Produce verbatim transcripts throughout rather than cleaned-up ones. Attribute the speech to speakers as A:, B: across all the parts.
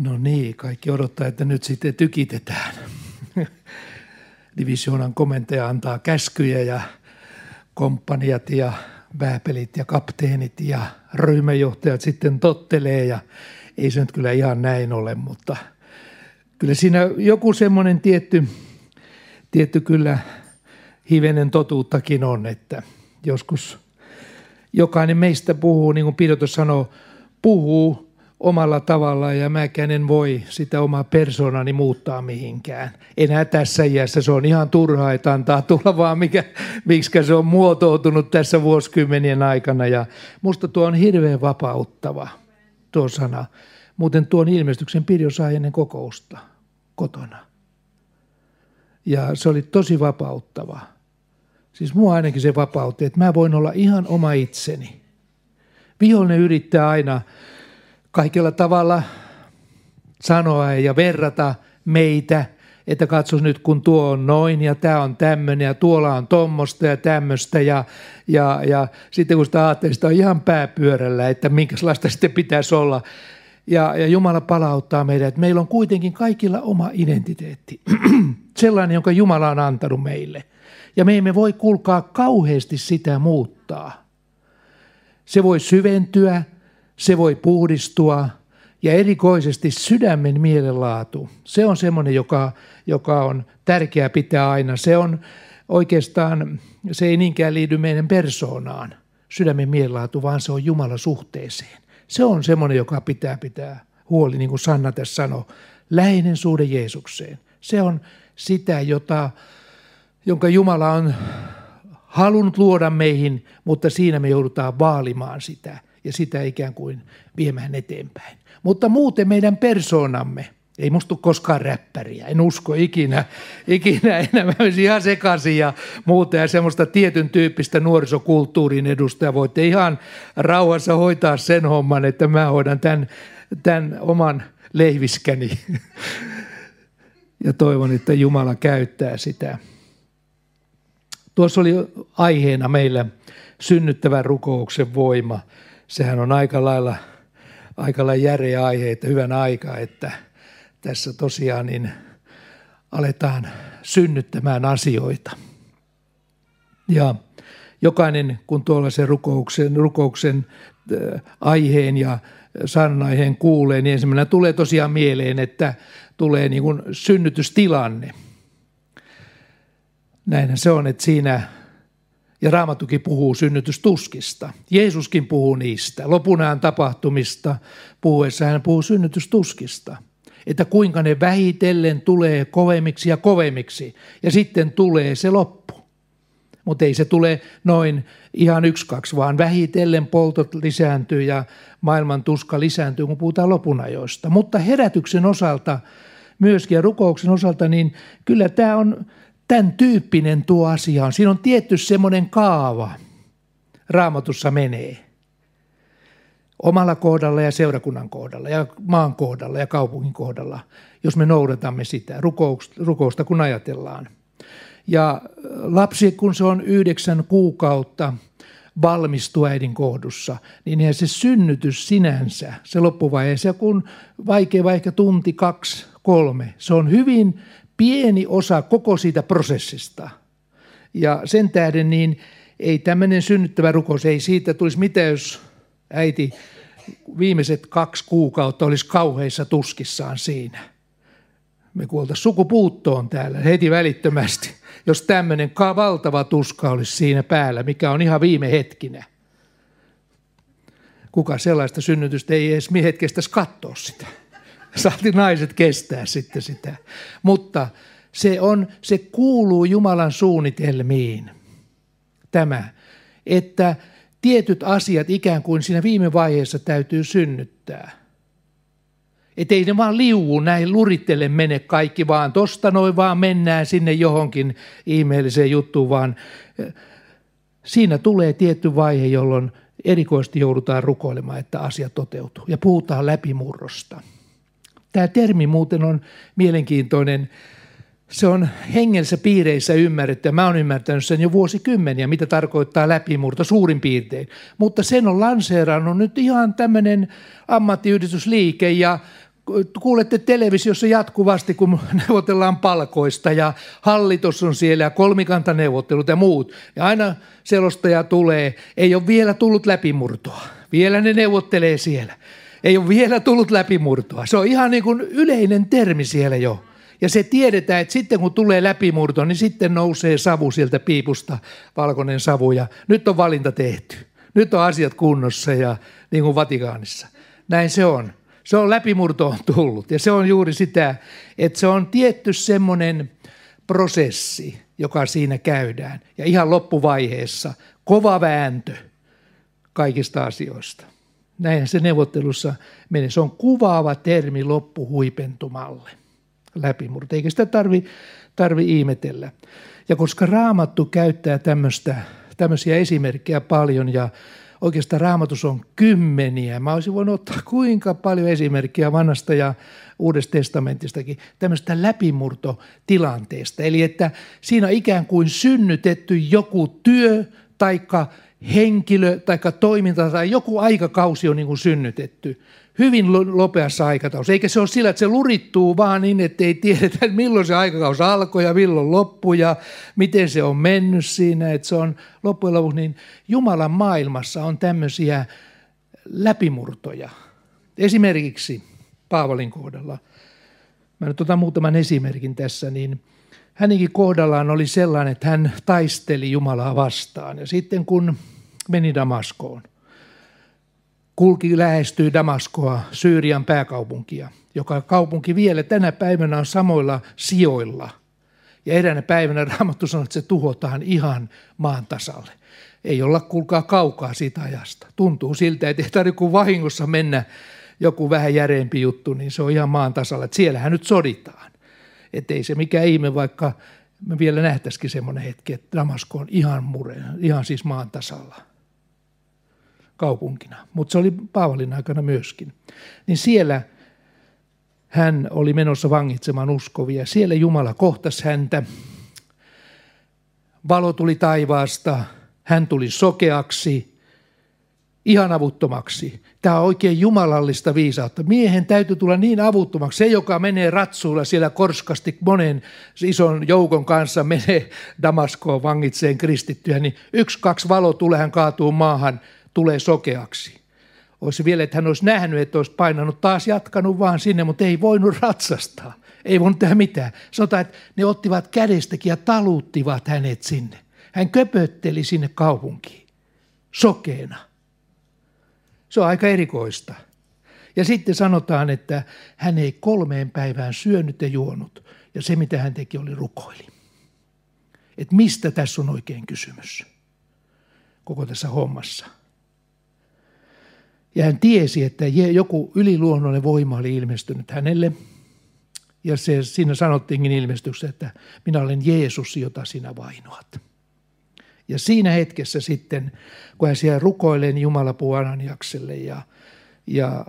A: No niin, kaikki odottaa, että nyt sitten tykitetään. Divisioonan komentaja antaa käskyjä ja komppaniat ja vääpelit ja kapteenit ja ryhmänjohtajat sitten tottelee ja ei se nyt kyllä ihan näin ole, mutta kyllä siinä joku semmoinen tietty, tietty kyllä hivenen totuuttakin on, että joskus jokainen meistä puhuu, niin kuin Pidotus sanoo, puhuu omalla tavallaan ja mäkään en voi sitä omaa persoonani muuttaa mihinkään. Enää tässä iässä se on ihan turhaa, että antaa tulla vaan mikä, miksikä se on muotoutunut tässä vuosikymmenien aikana. Ja musta tuo on hirveän vapauttava tuo sana. Muuten tuon ilmestyksen Pirjo sai ennen kokousta kotona. Ja se oli tosi vapauttava. Siis mua ainakin se vapautti, että mä voin olla ihan oma itseni. Vihollinen yrittää aina kaikella tavalla sanoa ja verrata meitä, että katsos nyt kun tuo on noin ja tämä on tämmöinen ja tuolla on tommosta ja tämmöistä. Ja, ja, ja sitten kun sitä ajattelee, sitä on ihan pääpyörällä, että minkälaista sitten pitäisi olla. Ja, ja Jumala palauttaa meidät, että meillä on kuitenkin kaikilla oma identiteetti. Sellainen, jonka Jumala on antanut meille. Ja me emme voi kuulkaa kauheasti sitä muuttaa. Se voi syventyä, se voi puhdistua ja erikoisesti sydämen mielenlaatu. Se on semmoinen, joka, joka on tärkeää pitää aina. Se on oikeastaan, se ei niinkään liity meidän persoonaan, sydämen mielenlaatu, vaan se on Jumalan suhteeseen. Se on semmoinen, joka pitää pitää huoli, niin kuin Sanna tässä sanoi, läheinen suhde Jeesukseen. Se on sitä, jota, jonka Jumala on halunnut luoda meihin, mutta siinä me joudutaan vaalimaan sitä ja sitä ikään kuin viemään eteenpäin. Mutta muuten meidän persoonamme, ei musta koskaan räppäriä, en usko ikinä, ikinä enää, mä olisin ihan sekaisin ja muuta ja semmoista tietyn tyyppistä nuorisokulttuurin edustajaa. Voitte ihan rauhassa hoitaa sen homman, että mä hoidan tämän, tämän oman leiviskäni ja toivon, että Jumala käyttää sitä. Tuossa oli aiheena meillä synnyttävän rukouksen voima. Sehän on aika lailla, aika lailla järeä aihe, että hyvän aikaa, että tässä tosiaan niin aletaan synnyttämään asioita. Ja jokainen, kun tuollaisen rukouksen, rukouksen äh, aiheen ja sanan aiheen kuulee, niin ensimmäisenä tulee tosiaan mieleen, että tulee niin kuin synnytystilanne. Näinhän se on, että siinä, ja Raamattukin puhuu synnytystuskista. Jeesuskin puhuu niistä. Lopun ajan tapahtumista puhuessa hän puhuu synnytystuskista. Että kuinka ne vähitellen tulee kovemmiksi ja kovemmiksi. Ja sitten tulee se loppu. Mutta ei se tule noin ihan yksi, kaksi, vaan vähitellen poltot lisääntyy ja maailman tuska lisääntyy, kun puhutaan lopunajoista. Mutta herätyksen osalta myöskin ja rukouksen osalta, niin kyllä tämä on tämän tyyppinen tuo asia on. Siinä on tietty semmoinen kaava Raamatussa menee. Omalla kohdalla ja seurakunnan kohdalla ja maan kohdalla ja kaupungin kohdalla, jos me noudatamme sitä rukousta, rukousta kun ajatellaan. Ja lapsi, kun se on yhdeksän kuukautta valmistuu äidin kohdussa, niin eihän se synnytys sinänsä, se loppuvaihe, se kun vaikea vaikka tunti, kaksi, kolme, se on hyvin pieni osa koko siitä prosessista. Ja sen tähden niin ei tämmöinen synnyttävä rukous, ei siitä tulisi mitään, jos äiti viimeiset kaksi kuukautta olisi kauheissa tuskissaan siinä. Me kuoltaisiin sukupuuttoon täällä heti välittömästi, jos tämmöinen valtava tuska olisi siinä päällä, mikä on ihan viime hetkinä. Kuka sellaista synnytystä ei edes hetkestäisi katsoa sitä. Saati naiset kestää sitten sitä. Mutta se, on, se kuuluu Jumalan suunnitelmiin, tämä, että tietyt asiat ikään kuin siinä viime vaiheessa täytyy synnyttää. Että ei ne vaan liuuu näin lurittele mene kaikki, vaan tosta noin vaan mennään sinne johonkin ihmeelliseen juttuun, vaan siinä tulee tietty vaihe, jolloin erikoisesti joudutaan rukoilemaan, että asia toteutuu ja puhutaan läpimurrosta. Tämä termi muuten on mielenkiintoinen. Se on hengellisissä piireissä ymmärretty. Mä oon ymmärtänyt sen jo vuosikymmeniä, mitä tarkoittaa läpimurto suurin piirtein. Mutta sen on lanseerannut nyt ihan tämmöinen ammattiyhdistysliike ja kuulette televisiossa jatkuvasti, kun neuvotellaan palkoista ja hallitus on siellä ja kolmikantaneuvottelut ja muut. Ja aina selostaja tulee, ei ole vielä tullut läpimurtoa. Vielä ne neuvottelee siellä. Ei ole vielä tullut läpimurtoa. Se on ihan niin kuin yleinen termi siellä jo. Ja se tiedetään, että sitten kun tulee läpimurto, niin sitten nousee savu sieltä piipusta, valkoinen savu ja nyt on valinta tehty. Nyt on asiat kunnossa ja niin kuin Vatikaanissa. Näin se on. Se on läpimurto on tullut ja se on juuri sitä, että se on tietty semmoinen prosessi, joka siinä käydään. Ja ihan loppuvaiheessa kova vääntö kaikista asioista. Näinhän se neuvottelussa menee. Se on kuvaava termi loppuhuipentumalle. Läpimurto, eikä sitä tarvi, tarvi ihmetellä. Ja koska Raamattu käyttää tämmöistä, tämmöisiä esimerkkejä paljon ja oikeastaan Raamatus on kymmeniä. Mä olisin voinut ottaa kuinka paljon esimerkkejä Vanhasta ja Uudesta testamentistakin tämmöistä läpimurtotilanteesta. Eli että siinä on ikään kuin synnytetty joku työ taikka henkilö taikka toiminta tai joku aikakausi on niin kuin synnytetty. Hyvin lopeassa aikataulussa. Eikä se ole sillä, että se lurittuu vaan niin, että ei tiedetä, milloin se aikakausi alkoi ja milloin loppui ja miten se on mennyt siinä. Että se on loppujen lopuksi, niin Jumalan maailmassa on tämmöisiä läpimurtoja. Esimerkiksi Paavalin kohdalla, mä nyt otan muutaman esimerkin tässä, niin hänenkin kohdallaan oli sellainen, että hän taisteli Jumalaa vastaan. Ja sitten kun meni Damaskoon, kulki lähestyi Damaskoa, Syyrian pääkaupunkia, joka kaupunki vielä tänä päivänä on samoilla sijoilla. Ja eräänä päivänä Raamattu sanoo, että se tuhotaan ihan maan tasalle. Ei olla kuulkaa kaukaa siitä ajasta. Tuntuu siltä, että ei tarvitse kuin vahingossa mennä joku vähän järeempi juttu, niin se on ihan maan tasalla. Että siellähän nyt soditaan. Että ei se mikään ihme, vaikka me vielä nähtäisikin semmoinen hetki, että Damasko on ihan mure, ihan siis maan tasalla kaupunkina. Mutta se oli Paavalin aikana myöskin. Niin siellä hän oli menossa vangitsemaan uskovia. Siellä Jumala kohtasi häntä. Valo tuli taivaasta. Hän tuli sokeaksi, ihan avuttomaksi. Tämä on oikein jumalallista viisautta. Miehen täytyy tulla niin avuttomaksi. Se, joka menee ratsuilla siellä korskasti monen ison joukon kanssa, menee Damaskoon vangitseen kristittyä, niin yksi, kaksi valo tulee, hän kaatuu maahan, tulee sokeaksi. Olisi vielä, että hän olisi nähnyt, että olisi painanut taas jatkanut vaan sinne, mutta ei voinut ratsastaa. Ei voinut tehdä mitään. Sanotaan, että ne ottivat kädestäkin ja taluttivat hänet sinne. Hän köpötteli sinne kaupunkiin, sokeena. Se on aika erikoista. Ja sitten sanotaan, että hän ei kolmeen päivään syönyt ja juonut. Ja se, mitä hän teki, oli rukoili. Että mistä tässä on oikein kysymys koko tässä hommassa. Ja hän tiesi, että joku yliluonnollinen voima oli ilmestynyt hänelle. Ja se, siinä sanottiinkin ilmestyksessä, että minä olen Jeesus, jota sinä vainoat. Ja siinä hetkessä sitten, kun hän siellä rukoilee, niin Jumala puhui Ananiakselle ja, ja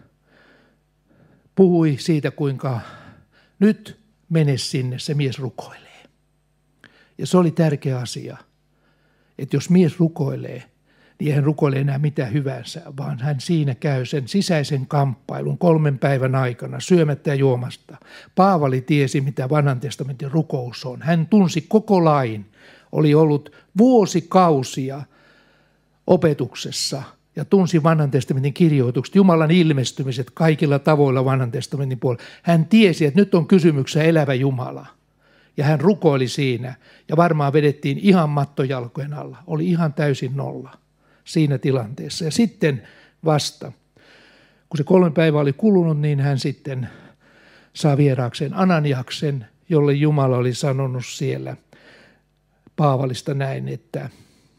A: puhui siitä, kuinka nyt mene sinne, se mies rukoilee. Ja se oli tärkeä asia, että jos mies rukoilee, niin hän rukoilee enää mitään hyvänsä, vaan hän siinä käy sen sisäisen kamppailun kolmen päivän aikana syömättä ja juomasta. Paavali tiesi, mitä vanhan testamentin rukous on. Hän tunsi koko lain, oli ollut vuosikausia opetuksessa ja tunsi vanhan testamentin kirjoitukset, Jumalan ilmestymiset kaikilla tavoilla vanhan testamentin puolella. Hän tiesi, että nyt on kysymyksessä elävä Jumala. Ja hän rukoili siinä ja varmaan vedettiin ihan mattojalkojen alla. Oli ihan täysin nolla siinä tilanteessa. Ja sitten vasta, kun se kolme päivää oli kulunut, niin hän sitten saa vieraakseen Ananiaksen, jolle Jumala oli sanonut siellä Paavalista näin, että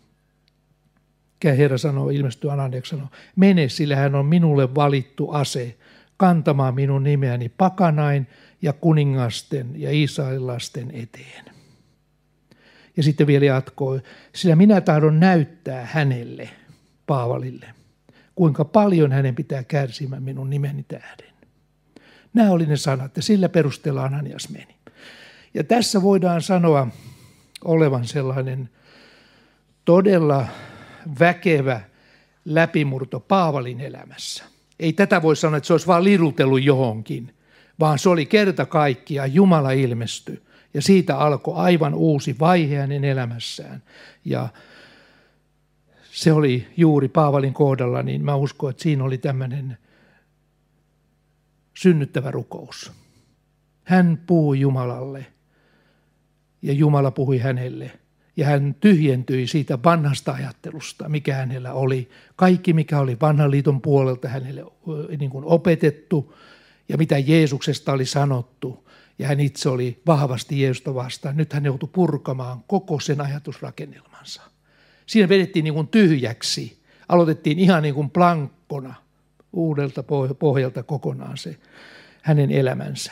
A: Herra sanoo, ilmestyy Ananiaksi sanoo, mene, sillä hän on minulle valittu ase kantamaan minun nimeäni pakanain ja kuningasten ja israelilaisten eteen. Ja sitten vielä jatkoi, sillä minä tahdon näyttää hänelle, Paavalille, kuinka paljon hänen pitää kärsimään minun nimeni tähden. Nämä oli ne sanat ja sillä perusteella Ananias meni. Ja tässä voidaan sanoa olevan sellainen todella väkevä läpimurto Paavalin elämässä. Ei tätä voi sanoa, että se olisi vaan lirutellut johonkin, vaan se oli kerta kaikkiaan Jumala ilmestyi. Ja siitä alkoi aivan uusi vaihe hänen elämässään. Ja se oli juuri Paavalin kohdalla, niin mä uskon, että siinä oli tämmöinen synnyttävä rukous. Hän puhui Jumalalle ja Jumala puhui hänelle. Ja hän tyhjentyi siitä vanhasta ajattelusta, mikä hänellä oli. Kaikki, mikä oli vanhan liiton puolelta hänelle niin kuin opetettu ja mitä Jeesuksesta oli sanottu. Ja hän itse oli vahvasti Jeesusta vastaan. Nyt hän joutui purkamaan koko sen ajatusrakennelmansa. Siinä vedettiin niin kuin tyhjäksi. Aloitettiin ihan niin kuin plankkona uudelta pohjalta kokonaan se hänen elämänsä.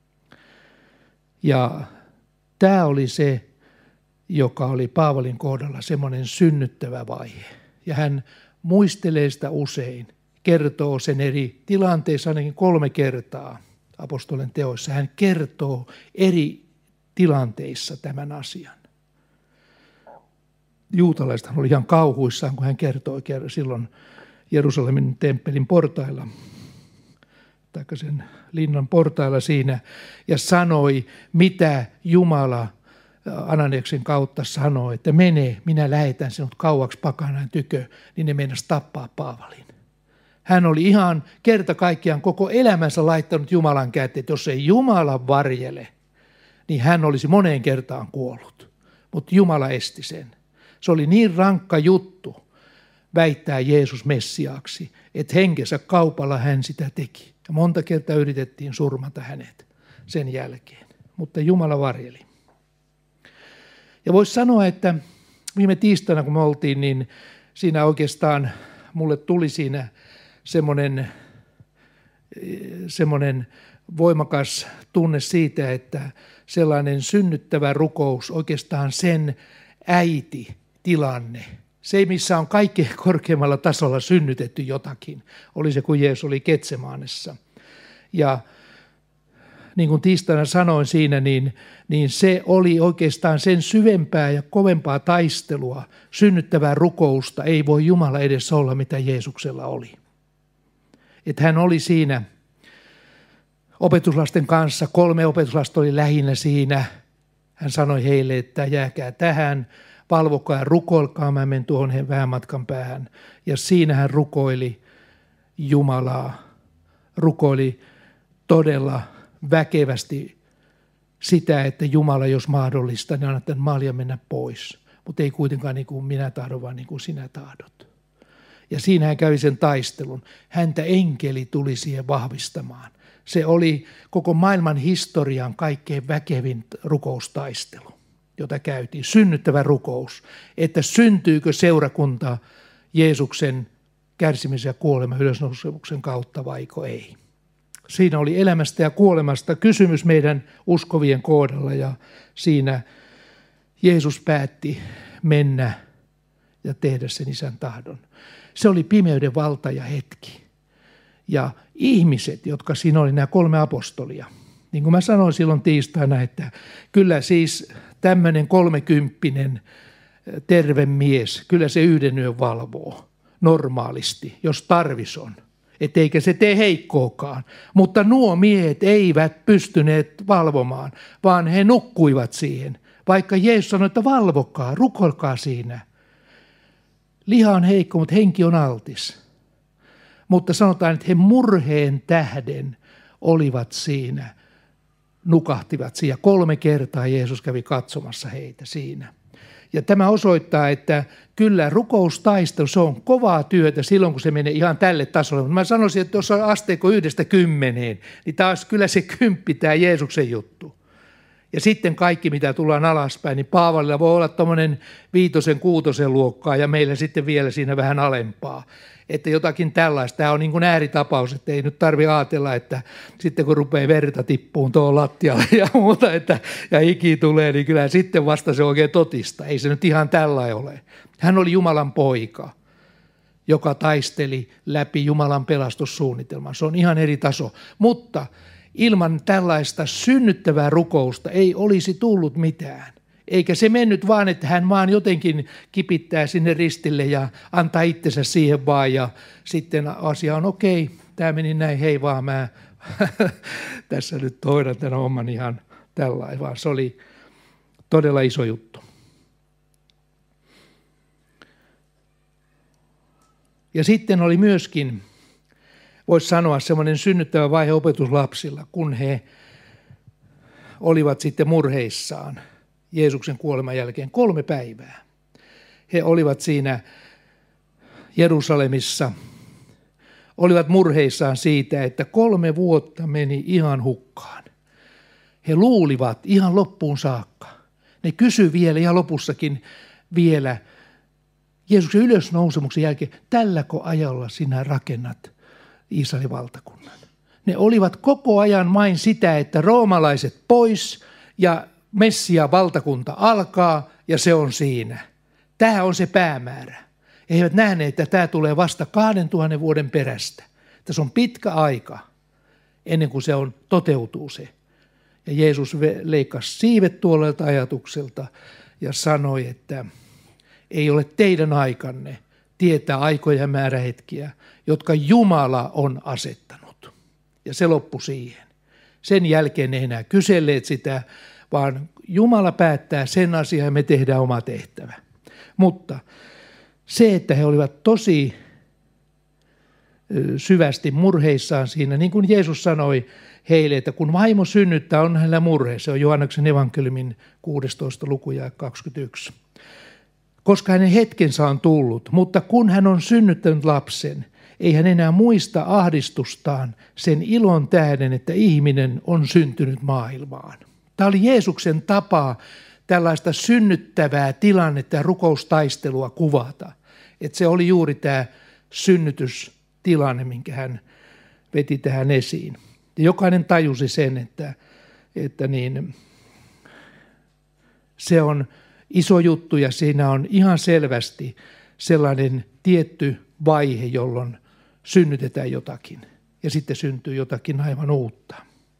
A: Ja tämä oli se, joka oli Paavalin kohdalla semmoinen synnyttävä vaihe. Ja hän muistelee sitä usein, kertoo sen eri tilanteissa ainakin kolme kertaa apostolien teoissa. Hän kertoo eri tilanteissa tämän asian. Juutalaisethan oli ihan kauhuissaan, kun hän kertoi silloin Jerusalemin temppelin portailla, tai sen linnan portailla siinä, ja sanoi, mitä Jumala Ananiaksen kautta sanoi, että mene, minä lähetän sinut kauaksi pakanan tykö, niin ne meinasi tappaa Paavalin. Hän oli ihan kerta kaikkiaan koko elämänsä laittanut Jumalan käteen, että jos ei Jumala varjele, niin hän olisi moneen kertaan kuollut. Mutta Jumala esti sen. Se oli niin rankka juttu väittää Jeesus Messiaaksi, että henkensä kaupalla hän sitä teki. Ja monta kertaa yritettiin surmata hänet sen jälkeen, mutta Jumala varjeli. Ja voisi sanoa, että viime tiistaina kun me oltiin, niin siinä oikeastaan mulle tuli siinä semmoinen, semmoinen voimakas tunne siitä, että sellainen synnyttävä rukous, oikeastaan sen äiti tilanne, se missä on kaikkein korkeimmalla tasolla synnytetty jotakin, oli se kun Jeesus oli Getsemaanessa. Ja niin kuin tiistaina sanoin siinä, niin, niin se oli oikeastaan sen syvempää ja kovempaa taistelua, synnyttävää rukousta ei voi Jumala edes olla, mitä Jeesuksella oli. Että hän oli siinä opetuslasten kanssa, kolme opetuslasta oli lähinnä siinä. Hän sanoi heille, että jääkää tähän, valvokaa ja rukoilkaa, mä menen tuohon vähän matkan päähän. Ja siinä hän rukoili Jumalaa, rukoili todella väkevästi sitä, että Jumala, jos mahdollista, niin anna tämän maljan mennä pois. Mutta ei kuitenkaan niin kuin minä tahdon, vaan niin kuin sinä tahdot. Ja siinä hän kävi sen taistelun. Häntä enkeli tuli siihen vahvistamaan. Se oli koko maailman historian kaikkein väkevin rukoustaistelu, jota käytiin. Synnyttävä rukous, että syntyykö seurakunta Jeesuksen kärsimisen ja kuoleman ylösnousemuksen kautta vaiko ei. Siinä oli elämästä ja kuolemasta kysymys meidän uskovien kohdalla ja siinä Jeesus päätti mennä ja tehdä sen isän tahdon. Se oli pimeyden valta ja hetki. Ja ihmiset, jotka siinä oli nämä kolme apostolia, niin kuin mä sanoin silloin tiistaina, että kyllä siis tämmöinen kolmekymppinen terve mies, kyllä se yhden yön valvoo normaalisti, jos tarvis on. Etteikä se tee heikkookaan. Mutta nuo miehet eivät pystyneet valvomaan, vaan he nukkuivat siihen. Vaikka Jeesus sanoi, että valvokaa, rukoilkaa siinä. Liha on heikko, mutta henki on altis. Mutta sanotaan, että he murheen tähden olivat siinä, nukahtivat siinä. Kolme kertaa Jeesus kävi katsomassa heitä siinä. Ja tämä osoittaa, että kyllä rukoustaistelu, se on kovaa työtä silloin, kun se menee ihan tälle tasolle. Mutta mä sanoisin, että jos on asteikko yhdestä kymmeneen, niin taas kyllä se kymppi tämä Jeesuksen juttu. Ja sitten kaikki, mitä tullaan alaspäin, niin Paavalilla voi olla tuommoinen viitosen, kuutosen luokkaa ja meillä sitten vielä siinä vähän alempaa. Että jotakin tällaista. Tämä on niin kuin ääritapaus, että ei nyt tarvitse ajatella, että sitten kun rupeaa verta tippuun tuohon lattialle ja muuta, että, ja hiki tulee, niin kyllä sitten vasta se oikein totista. Ei se nyt ihan tällainen ole. Hän oli Jumalan poika, joka taisteli läpi Jumalan pelastussuunnitelman. Se on ihan eri taso. Mutta ilman tällaista synnyttävää rukousta ei olisi tullut mitään. Eikä se mennyt vaan, että hän vaan jotenkin kipittää sinne ristille ja antaa itsensä siihen vaan ja sitten asia on okei, tämä meni näin, hei vaan mä tässä nyt hoidan tämän homman ihan tällainen, vaan se oli todella iso juttu. Ja sitten oli myöskin, voisi sanoa, semmoinen synnyttävä vaihe opetuslapsilla, kun he olivat sitten murheissaan Jeesuksen kuoleman jälkeen kolme päivää. He olivat siinä Jerusalemissa, olivat murheissaan siitä, että kolme vuotta meni ihan hukkaan. He luulivat ihan loppuun saakka. Ne kysyi vielä ihan lopussakin vielä Jeesuksen ylösnousemuksen jälkeen, tälläkö ajalla sinä rakennat Israelin valtakunnan? Ne olivat koko ajan vain sitä, että roomalaiset pois ja Messia valtakunta alkaa ja se on siinä. Tämä on se päämäärä. He eivät nähneet, että tämä tulee vasta kahden tuhannen vuoden perästä. Tässä on pitkä aika ennen kuin se on, toteutuu se. Ja Jeesus leikkasi siivet tuolelta ajatukselta ja sanoi, että ei ole teidän aikanne tietää aikoja ja määrähetkiä, jotka Jumala on asettanut. Ja se loppui siihen. Sen jälkeen ei enää kyselleet sitä, vaan Jumala päättää sen asian ja me tehdään oma tehtävä. Mutta se, että he olivat tosi syvästi murheissaan siinä, niin kuin Jeesus sanoi heille, että kun vaimo synnyttää, on hänellä murhe. Se on Johanneksen evankeliumin kuudestoista luku ja kaksikymmentäyksi. Koska hänen hetkensä on tullut, mutta kun hän on synnyttänyt lapsen, ei hän enää muista ahdistustaan sen ilon tähden, että ihminen on syntynyt maailmaan. Tämä oli Jeesuksen tapa tällaista synnyttävää tilannetta ja rukoustaistelua kuvata. Että se oli juuri tämä synnytystilanne, minkä hän veti tähän esiin. Ja jokainen tajusi sen, että, että niin, se on iso juttu ja siinä on ihan selvästi sellainen tietty vaihe, jolloin synnytetään jotakin ja sitten syntyy jotakin aivan uutta.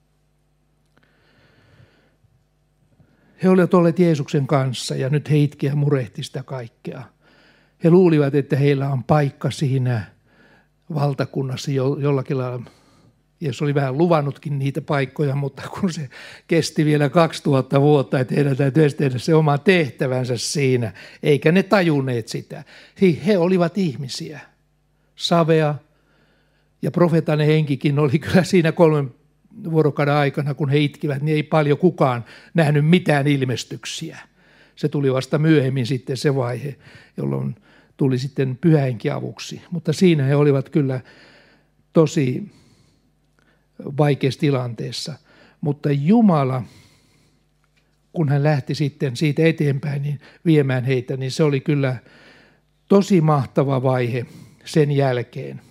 A: He olivat olleet Jeesuksen kanssa ja nyt he itki ja murehti sitä kaikkea. He luulivat, että heillä on paikka siinä valtakunnassa jollakin lailla. Jeesus oli vähän luvannutkin niitä paikkoja, mutta kun se kesti vielä kaksituhatta vuotta, että heidän täytyy tehdä se oma tehtävänsä siinä, eikä ne tajunneet sitä. He olivat ihmisiä. Savea ja profeetainen henkikin oli kyllä siinä kolmen vuorokauden aikana, kun he itkivät, niin ei paljon kukaan nähnyt mitään ilmestyksiä. Se tuli vasta myöhemmin sitten se vaihe, jolloin tuli sitten Pyhä Henki avuksi. Mutta siinä he olivat kyllä tosi vaikeassa tilanteessa. Mutta Jumala, kun hän lähti sitten siitä eteenpäin niin viemään heitä, niin se oli kyllä tosi mahtava vaihe sen jälkeen.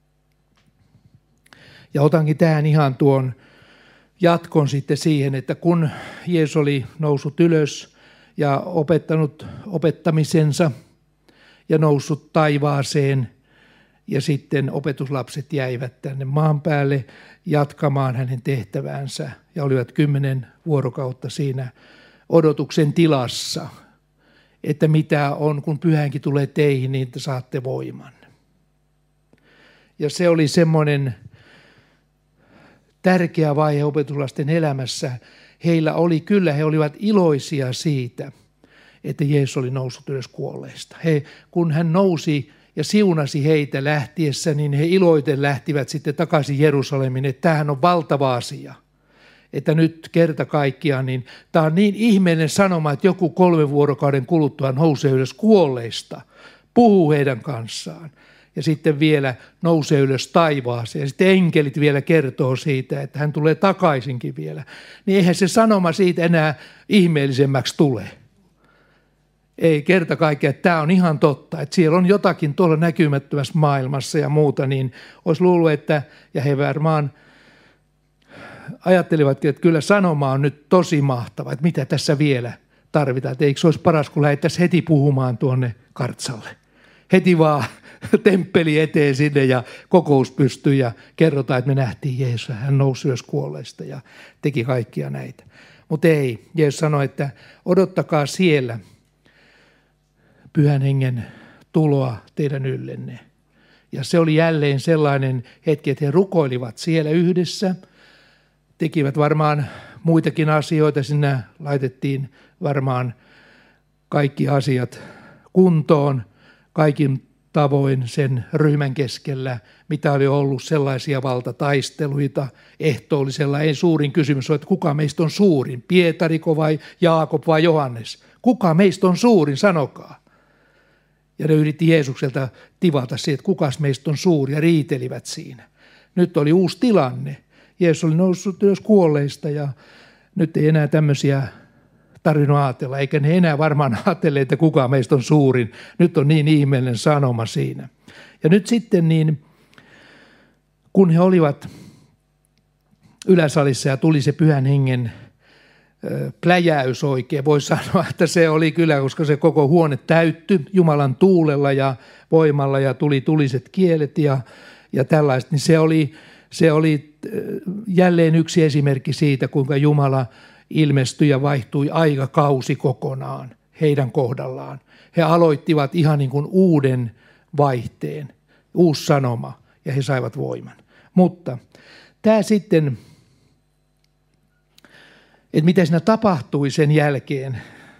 A: Ja otankin tähän ihan tuon jatkon sitten siihen, että kun Jeesus oli noussut ylös ja opettanut opettamisensa ja noussut taivaaseen, ja sitten opetuslapset jäivät tänne maan päälle jatkamaan hänen tehtäväänsä ja olivat kymmenen vuorokautta siinä odotuksen tilassa, että mitä on, kun Pyhä Henki tulee teihin, niin te saatte voiman. Ja se oli semmoinen tärkeä vaihe opetuslasten elämässä. Heillä oli kyllä, he olivat iloisia siitä, että Jeesus oli noussut ylös kuolleista. He, kun hän nousi ja siunasi heitä lähtiessä, niin he iloiten lähtivät sitten takaisin Jerusalemiin, että tämähän on valtava asia. Että nyt kerta kaikkiaan, niin tämä on niin ihmeellinen sanoma, että joku kolmen vuorokauden kuluttua nousee ylös kuolleista, puhuu heidän kanssaan. Ja sitten vielä nousee ylös taivaaseen. Ja sitten enkelit vielä kertoo siitä, että hän tulee takaisinkin vielä. Niin eihän se sanoma siitä enää ihmeellisemmäksi tule. Ei kerta kaikkiaan, että tämä on ihan totta. Että siellä on jotakin tuolla näkymättömässä maailmassa ja muuta. Niin olisi luullut, että, ja he varmaan ajattelivatkin, että kyllä sanoma on nyt tosi mahtava. Että mitä tässä vielä tarvitaan. Että eikö se olisi paras, kun lähdettäisiin heti puhumaan tuonne kartsalle. Heti vaan temppeli eteen sinne ja kokous pystyy ja kerrotaan, että me nähtiin Jeesus. Hän nousi ylös kuolleista ja teki kaikkia näitä. Mutta ei, Jeesus sanoi, että odottakaa siellä Pyhän Hengen tuloa teidän yllenne. Ja se oli jälleen sellainen hetki, että he rukoilivat siellä yhdessä, tekivät varmaan muitakin asioita, sinne laitettiin varmaan kaikki asiat kuntoon, kaikin tavoin sen ryhmän keskellä, mitä oli ollut sellaisia valtataisteluita ehtoollisella. Ei suurin kysymys ole, että kuka meistä on suurin, Pietariko vai Jaakob vai Johannes. Kuka meistä on suurin, sanokaa. Ja ne yritti Jeesukselta tivata siihen, että kukas meistä on suuri, ja riitelivät siinä. Nyt oli uusi tilanne. Jeesus oli noussut ylös kuolleista, ja nyt ei enää tämmöisiä tarvinnut ajatella, eikä ne enää varmaan ajattele, että kuka meistä on suurin. Nyt on niin ihmeellinen sanoma siinä. Ja nyt sitten niin, kun he olivat yläsalissa ja tuli se Pyhän Hengen pläjäys oikein, voi sanoa, että se oli kyllä, koska se koko huone täyttyi Jumalan tuulella ja voimalla ja tuli tuliset kielet ja, ja tällaiset, niin se oli, se oli jälleen yksi esimerkki siitä, kuinka Jumala ilmestyi ja vaihtui aikakausi kokonaan heidän kohdallaan. He aloittivat ihan niin kuin uuden vaihteen, uusi sanoma, ja he saivat voiman. Mutta tämä sitten, että mitä siinä tapahtui sen jälkeen,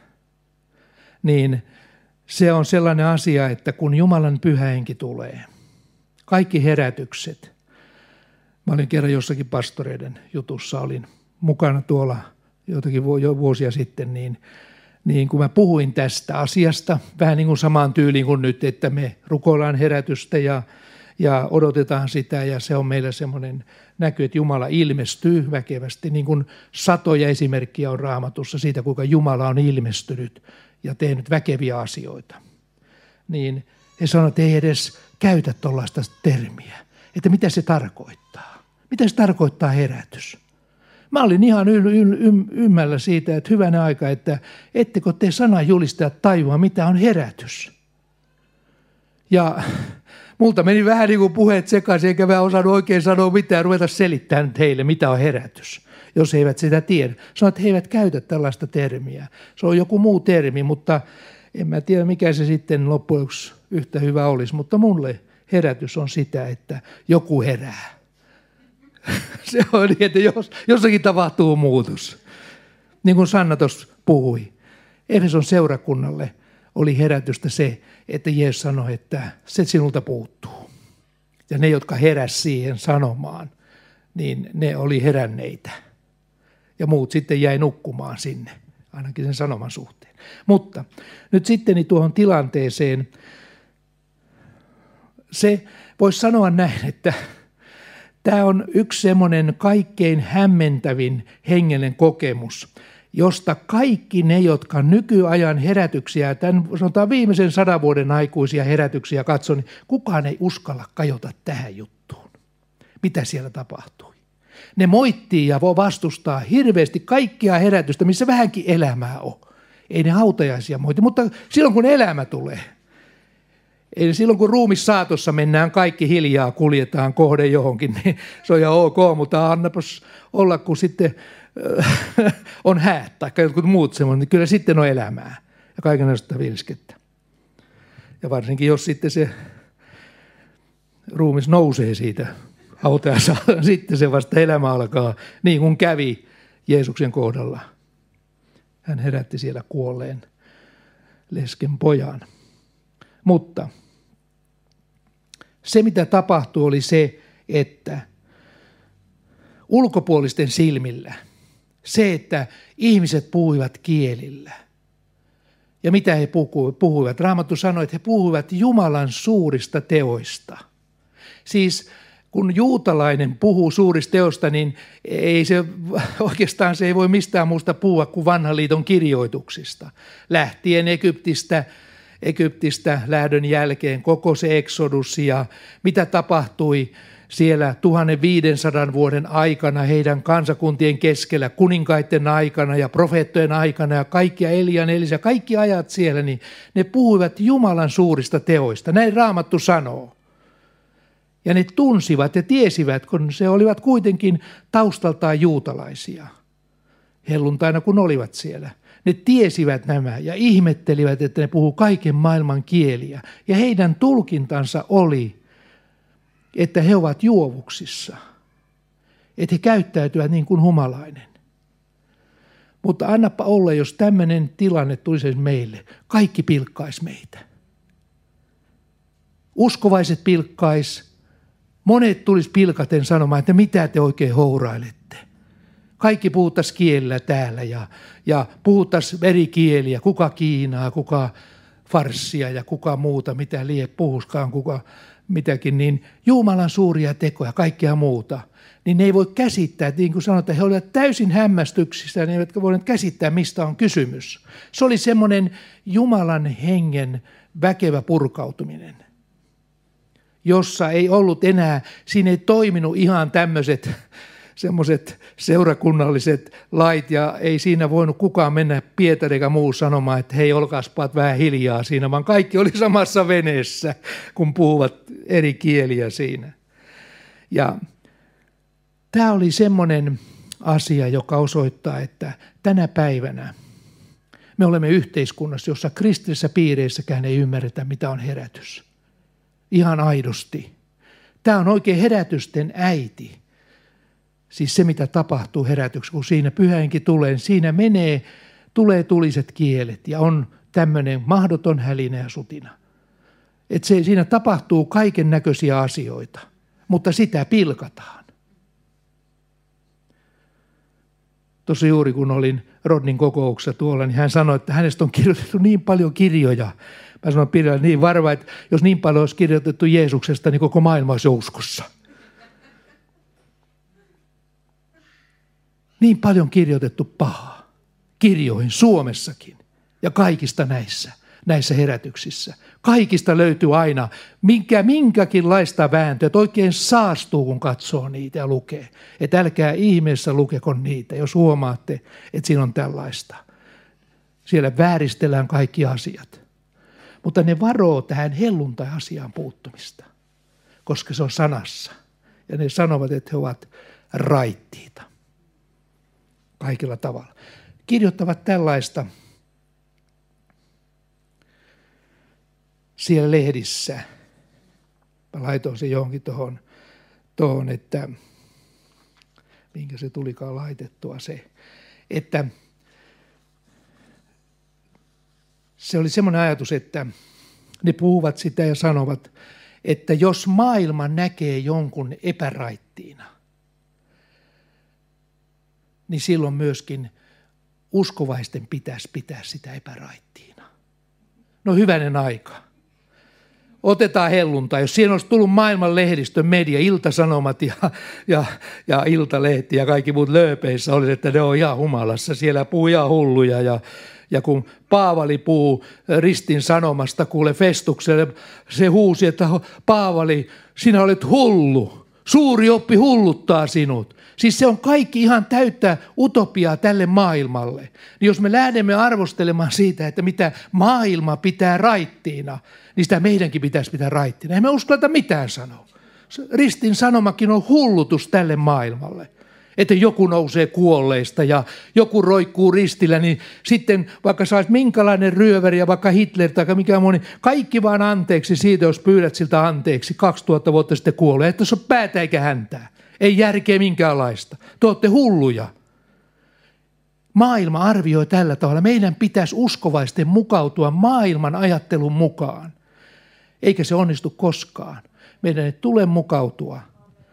A: niin se on sellainen asia, että kun Jumalan Pyhä Henki tulee, kaikki herätykset, mä olin kerran jossakin pastoreiden jutussa, olin mukana tuolla joitakin vuosia sitten, niin, niin kun mä puhuin tästä asiasta, vähän niin kuin samaan tyyliin kuin nyt, että me rukoillaan herätystä ja, ja odotetaan sitä, ja se on meillä semmoinen näky, että Jumala ilmestyy väkevästi, niin kuin satoja esimerkkiä on Raamatussa siitä, kuinka Jumala on ilmestynyt ja tehnyt väkeviä asioita. Niin he sanoivat, että ei edes käytä tuollaista termiä, että mitä se tarkoittaa. Mitä se tarkoittaa herätys? Mä olin ihan y- y- y- ymmällä siitä, että hyvänä aika, että ettekö te sananjulistajat tajua, mitä on herätys. Ja multa meni vähän niin kuin puheet sekaisin, eikä mä osannut oikein sanoa mitään, ruveta selittämään heille, mitä on herätys, jos he eivät sitä tiedä. Sanoin, että he eivät käytä tällaista termiä. Se on joku muu termi, mutta en mä tiedä, mikä se sitten loppujen lopuksi yhtä hyvä olisi. Mutta mulle herätys on sitä, että joku herää. Se on niin, että jos, jossakin tapahtuu muutos. Niin kuin Sanna tuossa puhui, Efeson seurakunnalle oli herätystä se, että Jeesus sanoi, että se sinulta puuttuu. Ja ne, jotka heräs siihen sanomaan, niin ne oli heränneitä. Ja muut sitten jäi nukkumaan sinne, ainakin sen sanoman suhteen. Mutta nyt sitten tuohon tilanteeseen, se voisi sanoa näin, että tämä on yksi semmoinen kaikkein hämmentävin hengellinen kokemus, josta kaikki ne, jotka nykyajan herätyksiä, tämän sanotaan viimeisen sadan vuoden aikuisia herätyksiä katsoo, niin kukaan ei uskalla kajota tähän juttuun. Mitä siellä tapahtui? Ne moittii ja voi vastustaa hirveästi kaikkia herätystä, missä vähänkin elämää on. Ei ne hautajaisia moiti, mutta silloin kun elämä tulee, eli silloin kun ruumis saatossa mennään kaikki hiljaa, kuljetaan kohde johonkin, niin se on ihan ok, mutta annapas olla, kun sitten äh, on häät tai jotkut muut semmoinen, niin kyllä sitten on elämää ja kaikenlaista vilskettä. Ja varsinkin jos sitten se ruumis nousee siitä hautajasta, sitten se vasta elämä alkaa, niin kuin kävi Jeesuksen kohdalla. Hän herätti siellä kuolleen lesken pojan. Mutta se, mitä tapahtui, oli se, että ulkopuolisten silmillä, se, että ihmiset puhuivat kielillä. Ja mitä he puhuivat? Raamattu sanoi, että he puhuivat Jumalan suurista teoista. Siis kun juutalainen puhuu suurista teosta, niin ei se, oikeastaan se ei voi mistään muusta puhua kuin vanhan liiton kirjoituksista. Lähtien Egyptistä, Egyptistä lähdön jälkeen koko se eksodus ja mitä tapahtui siellä tuhatviisisataa vuoden aikana heidän kansakuntien keskellä, kuninkaiden aikana ja profeettojen aikana ja kaikkia Elian, Elisa, kaikki ajat siellä, niin ne puhuivat Jumalan suurista teoista. Näin Raamattu sanoo. Ja ne tunsivat ja tiesivät, kun se olivat kuitenkin taustaltaan juutalaisia, helluntaina kun olivat siellä. Ne tiesivät nämä ja ihmettelivät, että ne puhuu kaiken maailman kieliä. Ja heidän tulkintansa oli että he ovat juovuksissa, että he käyttäytyvät niin kuin humalainen. Mutta annapa olla, jos tämmöinen tilanne tulisi meille, kaikki pilkkaisi meitä. Uskovaiset pilkkais, monet tulisi pilkaten sanomaan, että mitä te oikein hourailette. Kaikki puhuttaisiin kielellä täällä ja, ja puhuttaisiin eri kieliä, kuka Kiinaa, kuka farssia ja kuka muuta, mitä lie puhuskaan, kuka mitäkin, niin Jumalan suuria tekoja, kaikkea muuta. Niin ne ei voi käsittää, että niin kuin sanotaan, he olivat täysin hämmästyksissä, ne eivätkä voineet käsittää, mistä on kysymys. Se oli semmoinen Jumalan hengen väkevä purkautuminen, jossa ei ollut enää, siinä ei toiminut ihan tämmöiset semmoiset seurakunnalliset lait, ja ei siinä voinut kukaan mennä Pietari eikä muu sanomaan, että hei, olkaaspaat vähän hiljaa siinä, vaan kaikki oli samassa veneessä, kun puhuvat eri kieliä siinä. Ja tämä oli semmoinen asia, joka osoittaa, että tänä päivänä me olemme yhteiskunnassa, jossa kristillisissä piireissäkään ei ymmärretä, mitä on herätys. Ihan aidosti. Tämä on oikein herätysten äiti. Siis se, mitä tapahtuu herätyksessä, kun siinä pyhähenki tulee, siinä menee, tulee tuliset kielet ja on tämmöinen mahdoton hälinä ja sutina. Että se, siinä tapahtuu kaiken näköisiä asioita, mutta sitä pilkataan. Tuossa juuri kun olin Rodnin kokouksessa tuolla, niin hän sanoi, että hänestä on kirjoitettu niin paljon kirjoja. Mä sanoin Pirjalle niin varma, että jos niin paljon olisi kirjoitettu Jeesuksesta, niin koko maailma olisi uskossa. Niin paljon kirjoitettu pahaa kirjoihin Suomessakin ja kaikista näissä, näissä herätyksissä. Kaikista löytyy aina minkä, minkäkinlaista vääntöä, että oikein saastuu, kun katsoo niitä ja lukee. Että älkää ihmeessä lukeko niitä, jos huomaatte, että siinä on tällaista. Siellä vääristellään kaikki asiat. Mutta ne varoo tähän helluntai-asiaan puuttumista, koska se on sanassa. Ja ne sanovat, että he ovat raittiita kaikilla tavalla. Kirjoittavat tällaista siellä lehdissä. Mä laitoin se johonkin tuohon, tohon, että minkä se tulikaan laitettua se, että se oli semmoinen ajatus, että ne puhuvat sitä ja sanovat, että jos maailma näkee jonkun epäraittiina, niin silloin myöskin uskovaisten pitäisi pitää sitä epäraittiina. No hyvänen aika. Otetaan helluntai. Jos siinä olisi tullut maailman lehdistön media, Ilta-Sanomat ja, ja, ja Iltalehti ja kaikki muut lööpeissä olisi, että ne on ihan humalassa. Siellä puhuu ihan hulluja ja Ja kun Paavali puhuu Ristin Sanomasta kuule Festukselle, se huusi, että Paavali, sinä olet hullu. Suuri oppi hulluttaa sinut. Siis se on kaikki ihan täyttä utopiaa tälle maailmalle. Niin jos me lähdemme arvostelemaan siitä, että mitä maailma pitää raittiina, niin sitä meidänkin pitäisi pitää raittiina. Ei me uskalleta mitään sanoa. Ristin Sanomakin on hullutus tälle maailmalle. Että joku nousee kuolleista ja joku roikkuu ristillä, niin sitten vaikka sä olisit minkälainen ryöväri ja vaikka Hitler tai mikä moni, kaikki vaan anteeksi siitä, jos pyydät siltä anteeksi kaksituhatta vuotta sitten kuolleen. Että se on päätä eikä häntää. Ei järkeä minkäänlaista. Te olette hulluja. Maailma arvioi tällä tavalla. Meidän pitäisi uskovaisten mukautua maailman ajattelun mukaan. Eikä se onnistu koskaan. Meidän ei tule mukautua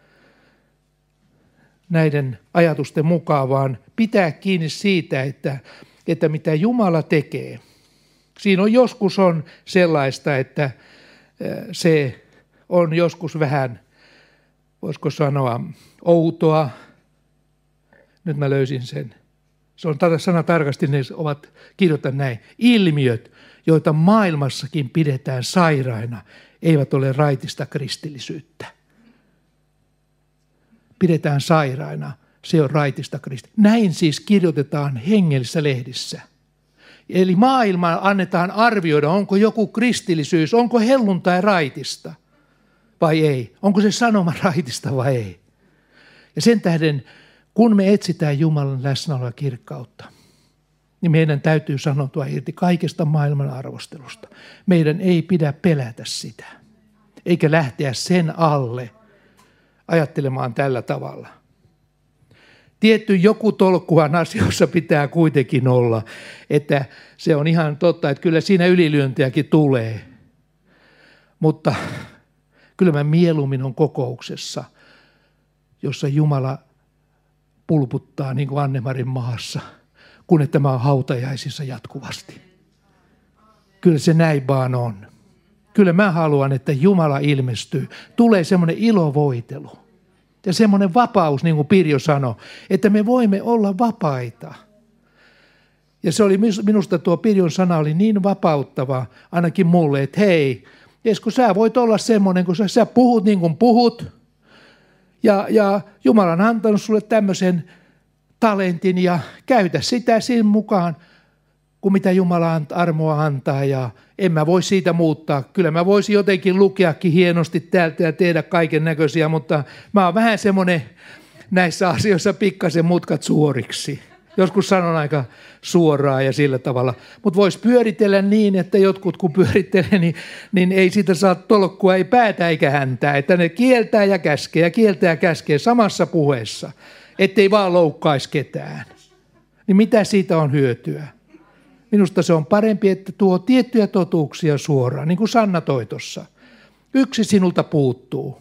A: näiden ajatusten mukaan, vaan pitää kiinni siitä, että, että mitä Jumala tekee. Siinä on joskus on sellaista, että se on joskus vähän, voisiko sanoa, outoa. Nyt mä löysin sen. Se on sana tarkasti, ne ovat kirjoittaneet näin. Ilmiöt, joita maailmassakin pidetään sairaina, eivät ole raitista kristillisyyttä. Pidetään sairaina, se on raitista kristillisyyttä. Näin siis kirjoitetaan hengellisissä lehdissä. Eli maailmaan annetaan arvioida, onko joku kristillisyys, onko helluntai raitista vai ei. Onko se sanoma raitista vai ei. Ja sen tähden, kun me etsitään Jumalan läsnäoloa kirkkautta, niin meidän täytyy sanotua irti kaikesta maailman arvostelusta. Meidän ei pidä pelätä sitä, eikä lähteä sen alle, ajattelemaan tällä tavalla. Tietty joku tolkkuhan asioissa pitää kuitenkin olla, että se on ihan totta, että kyllä siinä ylilyöntiäkin tulee. Mutta kyllä mä mieluummin on kokouksessa, jossa Jumala pulputtaa niin kuin Annemarin maassa, kun että mä oon hautajaisissa jatkuvasti. Kyllä se näin vaan on. Kyllä mä haluan, että Jumala ilmestyy. Tulee semmoinen ilovoitelu ja semmoinen vapaus, niin kuin Pirjo sanoi, että me voimme olla vapaita. Ja se oli minusta tuo Pirjon sana oli niin vapauttava ainakin mulle, että hei, Esko, sä voit olla semmoinen, kun sä, sä puhut niin kuin puhut. Ja, ja Jumala on antanut sulle tämmöisen talentin ja käytä sitä siinä mukaan, kuin mitä Jumala armoa antaa ja en mä voi siitä muuttaa. Kyllä mä voisin jotenkin lukeakin hienosti täältä ja tehdä kaiken näköisiä, mutta mä oon vähän semmoinen näissä asioissa pikkasen mutkat suoriksi. Joskus sanon aika suoraan ja sillä tavalla. Mutta voisi pyöritellä niin, että jotkut kun pyörittelee, niin, niin ei siitä saa tolkkua, ei päätä eikä häntää. Että ne kieltää ja käskee ja kieltää ja käskee samassa puheessa, ettei vaan loukkaisi ketään. Niin mitä siitä on hyötyä? Minusta se on parempi, että tuo tiettyjä totuuksia suoraan, niin kuin Sanna toi tuossa. Yksi sinulta puuttuu.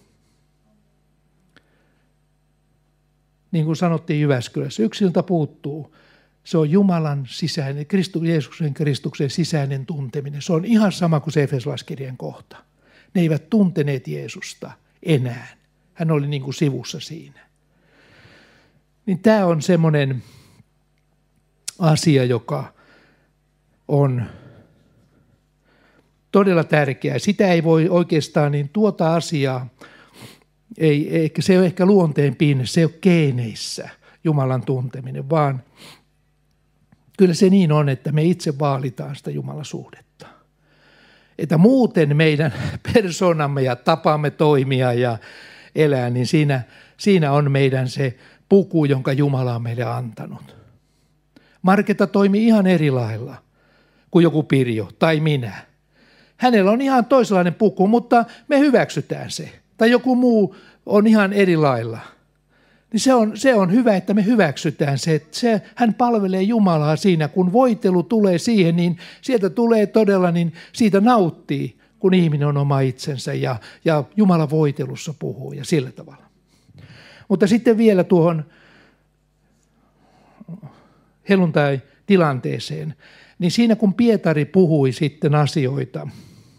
A: Niin kuin sanottiin Jyväskylässä, yksi sinulta puuttuu. Se on Jumalan sisäinen, Kristu, Jeesuksen Kristuksen sisäinen tunteminen. Se on ihan sama kuin se Efesolaiskirjan kohta. Ne eivät tunteneet Jeesusta enää. Hän oli niin kuin sivussa siinä. Niin tämä on semmoinen asia, joka on todella tärkeää. Sitä ei voi oikeastaan, niin tuota asiaa, ei, eikä se ei ole ehkä luonteen piinne, se ei ole geeneissä Jumalan tunteminen, vaan kyllä se niin on, että me itse vaalitaan sitä Jumalasuhdetta. Että muuten meidän persoonamme ja tapamme toimia ja elää, niin siinä, siinä on meidän se puku, jonka Jumala on meille antanut. Marketa toimi ihan eri lailla kuin joku Pirjo tai minä. Hänellä on ihan toisenlainen puku, mutta me hyväksytään se. Tai joku muu on ihan eri lailla. Niin se on, se on hyvä, että me hyväksytään se, että se, hän palvelee Jumalaa siinä. Kun voitelu tulee siihen, niin sieltä tulee todella, niin siitä nauttii, kun ihminen on oma itsensä ja, ja Jumala voitelussa puhuu ja sillä tavalla. Mutta sitten vielä tuohon helluntai-tilanteeseen, niin siinä kun Pietari puhui sitten asioita,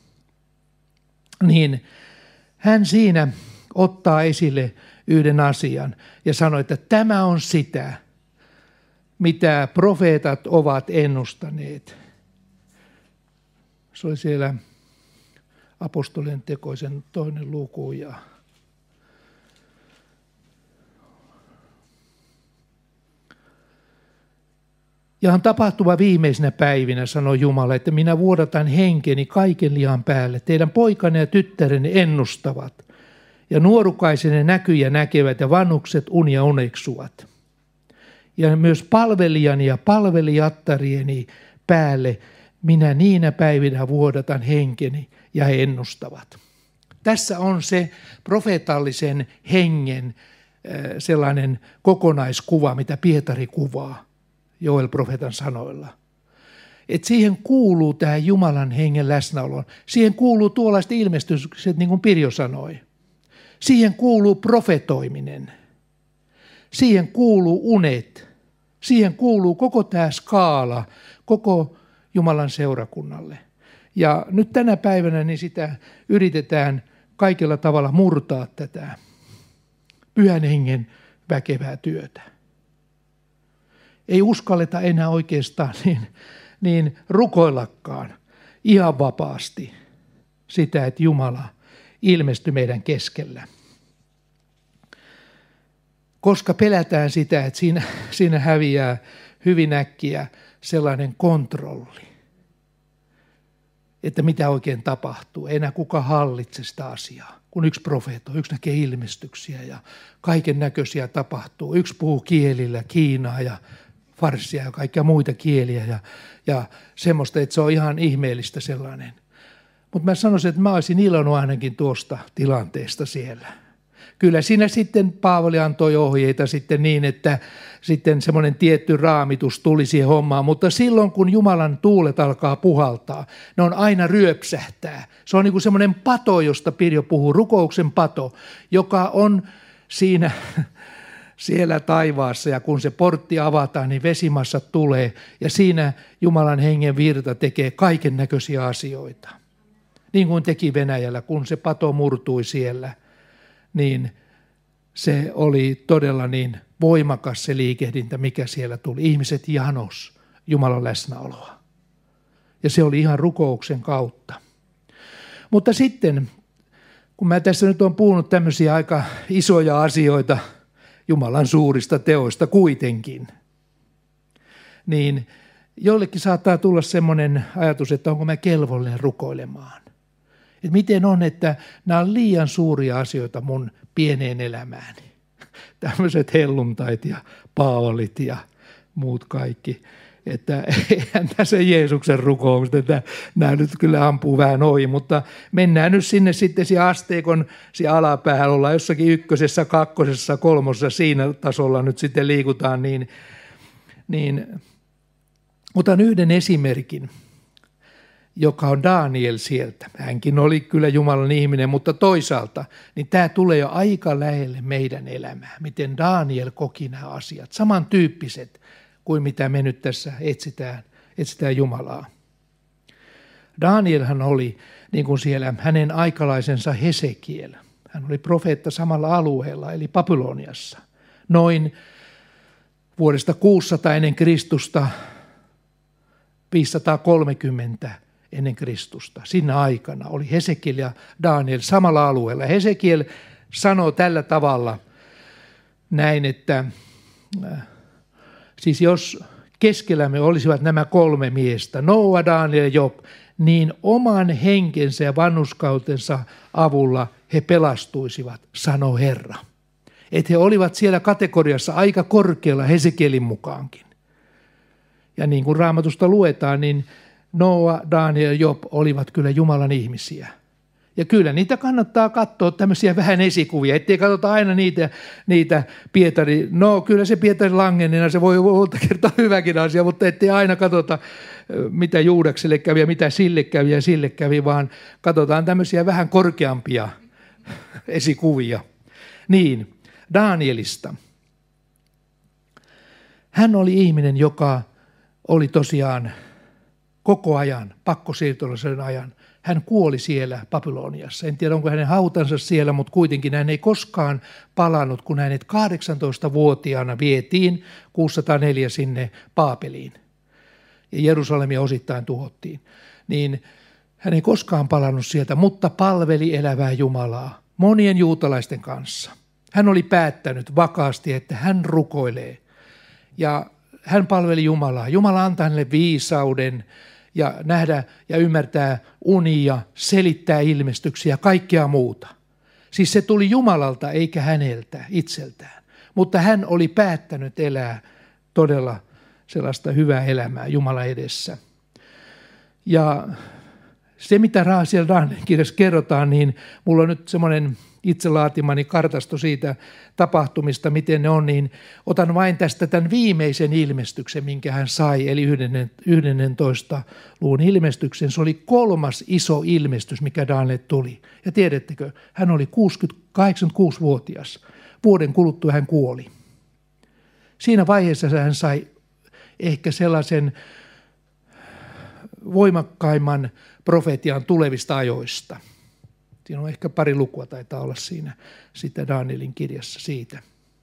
A: niin hän siinä ottaa esille yhden asian ja sanoi, että tämä on sitä, mitä profeetat ovat ennustaneet. Se oli siellä apostolien tekoisen toinen luku ja Ja on tapahtuva viimeisinä päivinä, sanoi Jumala, että minä vuodatan henkeni kaiken lihan päälle. Teidän poikanne ja tyttärenne ennustavat, ja nuorukaisenne näkyjä näkevät, ja vanhukset unia uneksuvat. Ja myös palvelijani ja palvelijattarieni päälle minä niinä päivinä vuodatan henkeni, ja he ennustavat. Tässä on se profeetallisen hengen sellainen kokonaiskuva, mitä Pietari kuvaa Joel profeetan sanoilla. Et siihen kuuluu tämä Jumalan hengen läsnäolo. Siihen kuuluu tuollaiset ilmestykset, niin kuin Pirjo sanoi. Siihen kuuluu profetoiminen. Siihen kuuluu unet. Siihen kuuluu koko tämä skaala, koko Jumalan seurakunnalle. Ja nyt tänä päivänä niin sitä yritetään kaikella tavalla murtaa tätä pyhän hengen väkevää työtä. Ei uskalleta enää oikeastaan niin, niin rukoillakaan ihan vapaasti sitä, että Jumala ilmestyi meidän keskellä. Koska pelätään sitä, että siinä, siinä häviää hyvin äkkiä sellainen kontrolli, että mitä oikein tapahtuu. Ei enää kuka hallitse sitä asiaa, kun yksi profeetta, yksi näkee ilmestyksiä ja kaiken näköisiä tapahtuu. Yksi puhuu kielillä, Kiinaa ja farsia ja kaikkia muita kieliä ja, ja semmoista, että se on ihan ihmeellistä sellainen. Mutta mä sanoisin, että mä olisin iloinut ainakin tuosta tilanteesta siellä. kyllä siinä sitten Paavali antoi ohjeita sitten niin, että sitten semmoinen tietty raamitus tuli siihen hommaan, mutta silloin kun Jumalan tuulet alkaa puhaltaa, ne on aina ryöpsähtää. Se on niin kuin semmoinen pato, josta Pirjo puhuu, rukouksen pato, joka on siinä siellä taivaassa, ja kun se portti avataan, niin vesimassa tulee, ja siinä Jumalan hengen virta tekee kaiken näköisiä asioita. Niin kuin teki Venäjällä, kun se pato murtui siellä, niin se oli todella niin voimakas se liikehdintä, mikä siellä tuli. Ihmiset janos Jumalan läsnäoloa. Ja se oli ihan rukouksen kautta. Mutta sitten, kun mä tässä nyt olen puhunut tämmöisiä aika isoja asioita Jumalan suurista teoista kuitenkin, niin jollekin saattaa tulla semmoinen ajatus, että onko mä kelvollinen rukoilemaan. Että miten on, että nämä on liian suuria asioita mun pieneen elämääni. Tämmöiset helluntait ja paavalit ja muut kaikki. Että eihän tässä Jeesuksen rukoukset, että nämä nyt kyllä ampuu vähän ohi, mutta mennään nyt sinne sitten siihen asteikon siihen alapäähän, ollaan jossakin ykkösessä, kakkosessa, kolmosessa, siinä tasolla nyt sitten liikutaan, niin, niin otan yhden esimerkin, joka on Daniel sieltä. Hänkin oli kyllä Jumalan ihminen, mutta toisaalta, niin tämä tulee jo aika lähelle meidän elämää, miten Daniel koki nämä asiat, samantyyppiset kuin mitä me nyt tässä etsitään, etsitään Jumalaa. Danielhan oli, niin kuin siellä hänen aikalaisensa Hesekiel, hän oli profeetta samalla alueella, eli Babyloniassa, noin vuodesta kuusisataa ennen Kristusta, viisisataakolmekymmentä ennen Kristusta. Siinä aikana oli Hesekiel ja Daniel samalla alueella. Hesekiel sanoo tällä tavalla näin, että siis jos keskellämme olisivat nämä kolme miestä, Noa, Daniel ja Job, niin oman henkensä ja vanhuskautensa avulla he pelastuisivat, sanoo Herra. Että he olivat siellä kategoriassa aika korkealla Hesekielin mukaankin. Ja niin kuin Raamatusta luetaan, niin Noa, Daniel ja Job olivat kyllä Jumalan ihmisiä. Ja kyllä niitä kannattaa katsoa tämmöisiä vähän esikuvia, ettei katsota aina niitä, niitä Pietari. No kyllä se Pietari Langenina, se voi monta kertaa hyväkin asia, mutta ettei aina katsota mitä Juudakselle kävi ja mitä sille kävi ja sille kävi, vaan katsotaan tämmöisiä vähän korkeampia esikuvia. Niin, Danielista. Hän oli ihminen, joka oli tosiaan koko ajan, pakkosiirtolaisen ajan. Hän kuoli siellä Babyloniassa. En tiedä, onko hänen hautansa siellä, mutta kuitenkin hän ei koskaan palannut, kun hänet kahdeksantoistavuotiaana vietiin kuusisataaneljä sinne Baabeliin. Ja Jerusalemia osittain tuhottiin. Niin hän ei koskaan palannut sieltä, mutta palveli elävää Jumalaa monien juutalaisten kanssa. Hän oli päättänyt vakaasti, että hän rukoilee. Ja hän palveli Jumalaa. Jumala antaa hänelle viisauden ja nähdä ja ymmärtää unia, selittää ilmestyksiä ja kaikkea muuta. Siis se tuli Jumalalta eikä häneltä itseltään. Mutta hän oli päättänyt elää todella sellaista hyvää elämää Jumalan edessä. Ja se, mitä siellä Danielin kirjassa kerrotaan, niin mulla on nyt semmoinen itse laatimani kartasto siitä tapahtumista, miten ne on, niin otan vain tästä tämän viimeisen ilmestyksen, minkä hän sai, eli yhdentoista luvun ilmestyksen. Se oli kolmas iso ilmestys, mikä Daniel tuli. Ja tiedättekö, hän oli kahdeksankymmentäkuusivuotias. Vuoden kuluttua hän kuoli. Siinä vaiheessa hän sai ehkä sellaisen voimakkaimman profetian tulevista ajoista. Siinä on ehkä pari lukua taitaa olla siinä sitä Danielin kirjassa siitä.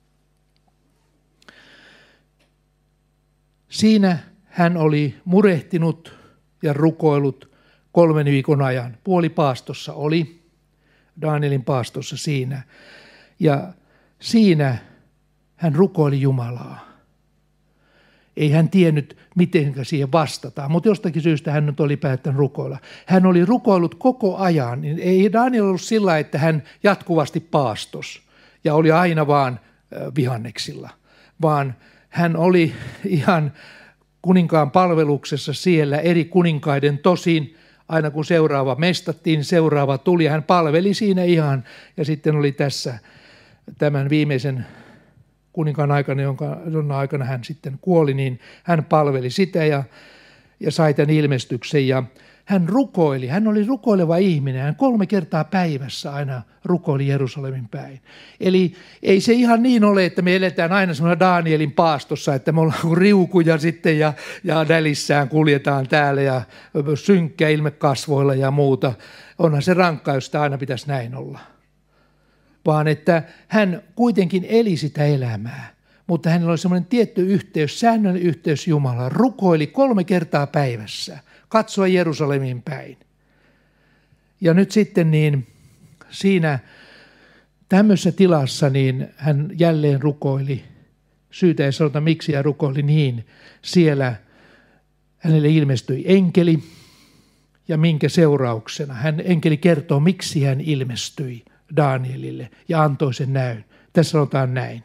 A: Siinä hän oli murehtinut ja rukoillut kolmen viikon ajan. Puoli paastossa oli, Danielin paastossa siinä. Ja siinä hän rukoili Jumalaa. Ei hän tiennyt, miten siihen vastataan, mutta jostakin syystä hän nyt oli päättänyt rukoilla. Hän oli rukoillut koko ajan. Ei Daniel ollut sillä, että hän jatkuvasti paastos ja oli aina vaan vihanneksilla, vaan hän oli ihan kuninkaan palveluksessa siellä eri kuninkaiden tosin. Aina kun seuraava mestattiin, seuraava tuli, hän palveli siinä ihan ja sitten oli tässä tämän viimeisen kuninkaan aikana, jonka, jonka aikana hän sitten kuoli, niin hän palveli sitä ja, ja sai tämän ilmestyksen. Ja hän rukoili, hän oli rukoileva ihminen, hän kolme kertaa päivässä aina rukoili Jerusalemin päin. Eli ei se ihan niin ole, että me eletään aina semmoinen Danielin paastossa, että me ollaan riukuja sitten ja, ja nälissään kuljetaan täällä ja synkkä ilme kasvoilla ja muuta. Onhan se rankkaa, jos sitä aina pitäisi näin olla. Vaan että hän kuitenkin eli sitä elämää, mutta hänellä oli semmoinen tietty yhteys, säännöllinen yhteys Jumalaan. Rukoili kolme kertaa päivässä, katsoi Jerusalemin päin. Ja nyt sitten niin siinä tämmöisessä tilassa niin hän jälleen rukoili. Syytä ei sanota miksi hän rukoili niin. Siellä hänelle ilmestyi enkeli ja minkä seurauksena. Hän enkeli kertoo miksi hän ilmestyi Danielille ja antoi sen näyn. Tässä sanotaan näin.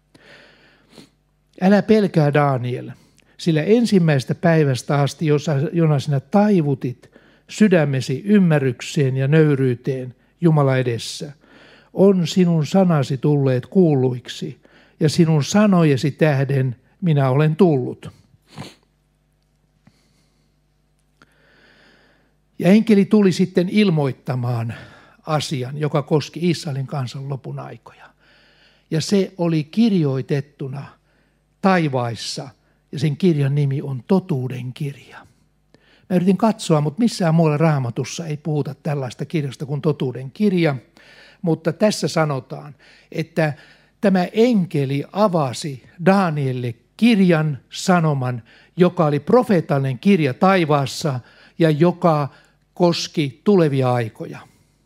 A: Älä pelkää Daniel, sillä ensimmäistä päivästä asti, jona sinä taivutit sydämesi ymmärrykseen ja nöyryyteen Jumala edessä, on sinun sanasi tulleet kuuluiksi ja sinun sanojesi tähden minä olen tullut. Ja enkeli tuli sitten ilmoittamaan asian, joka koski Israelin kansan lopun aikoja. Ja se oli kirjoitettuna taivaissa, ja sen kirjan nimi on Totuuden kirja. Mä yritin katsoa, mutta missään muualla Raamatussa ei puhuta tällaista kirjasta kuin Totuuden kirja, mutta tässä sanotaan, että tämä enkeli avasi Danielille kirjan sanoman, joka oli profeetallinen kirja taivaassa ja joka koski tulevia aikoja.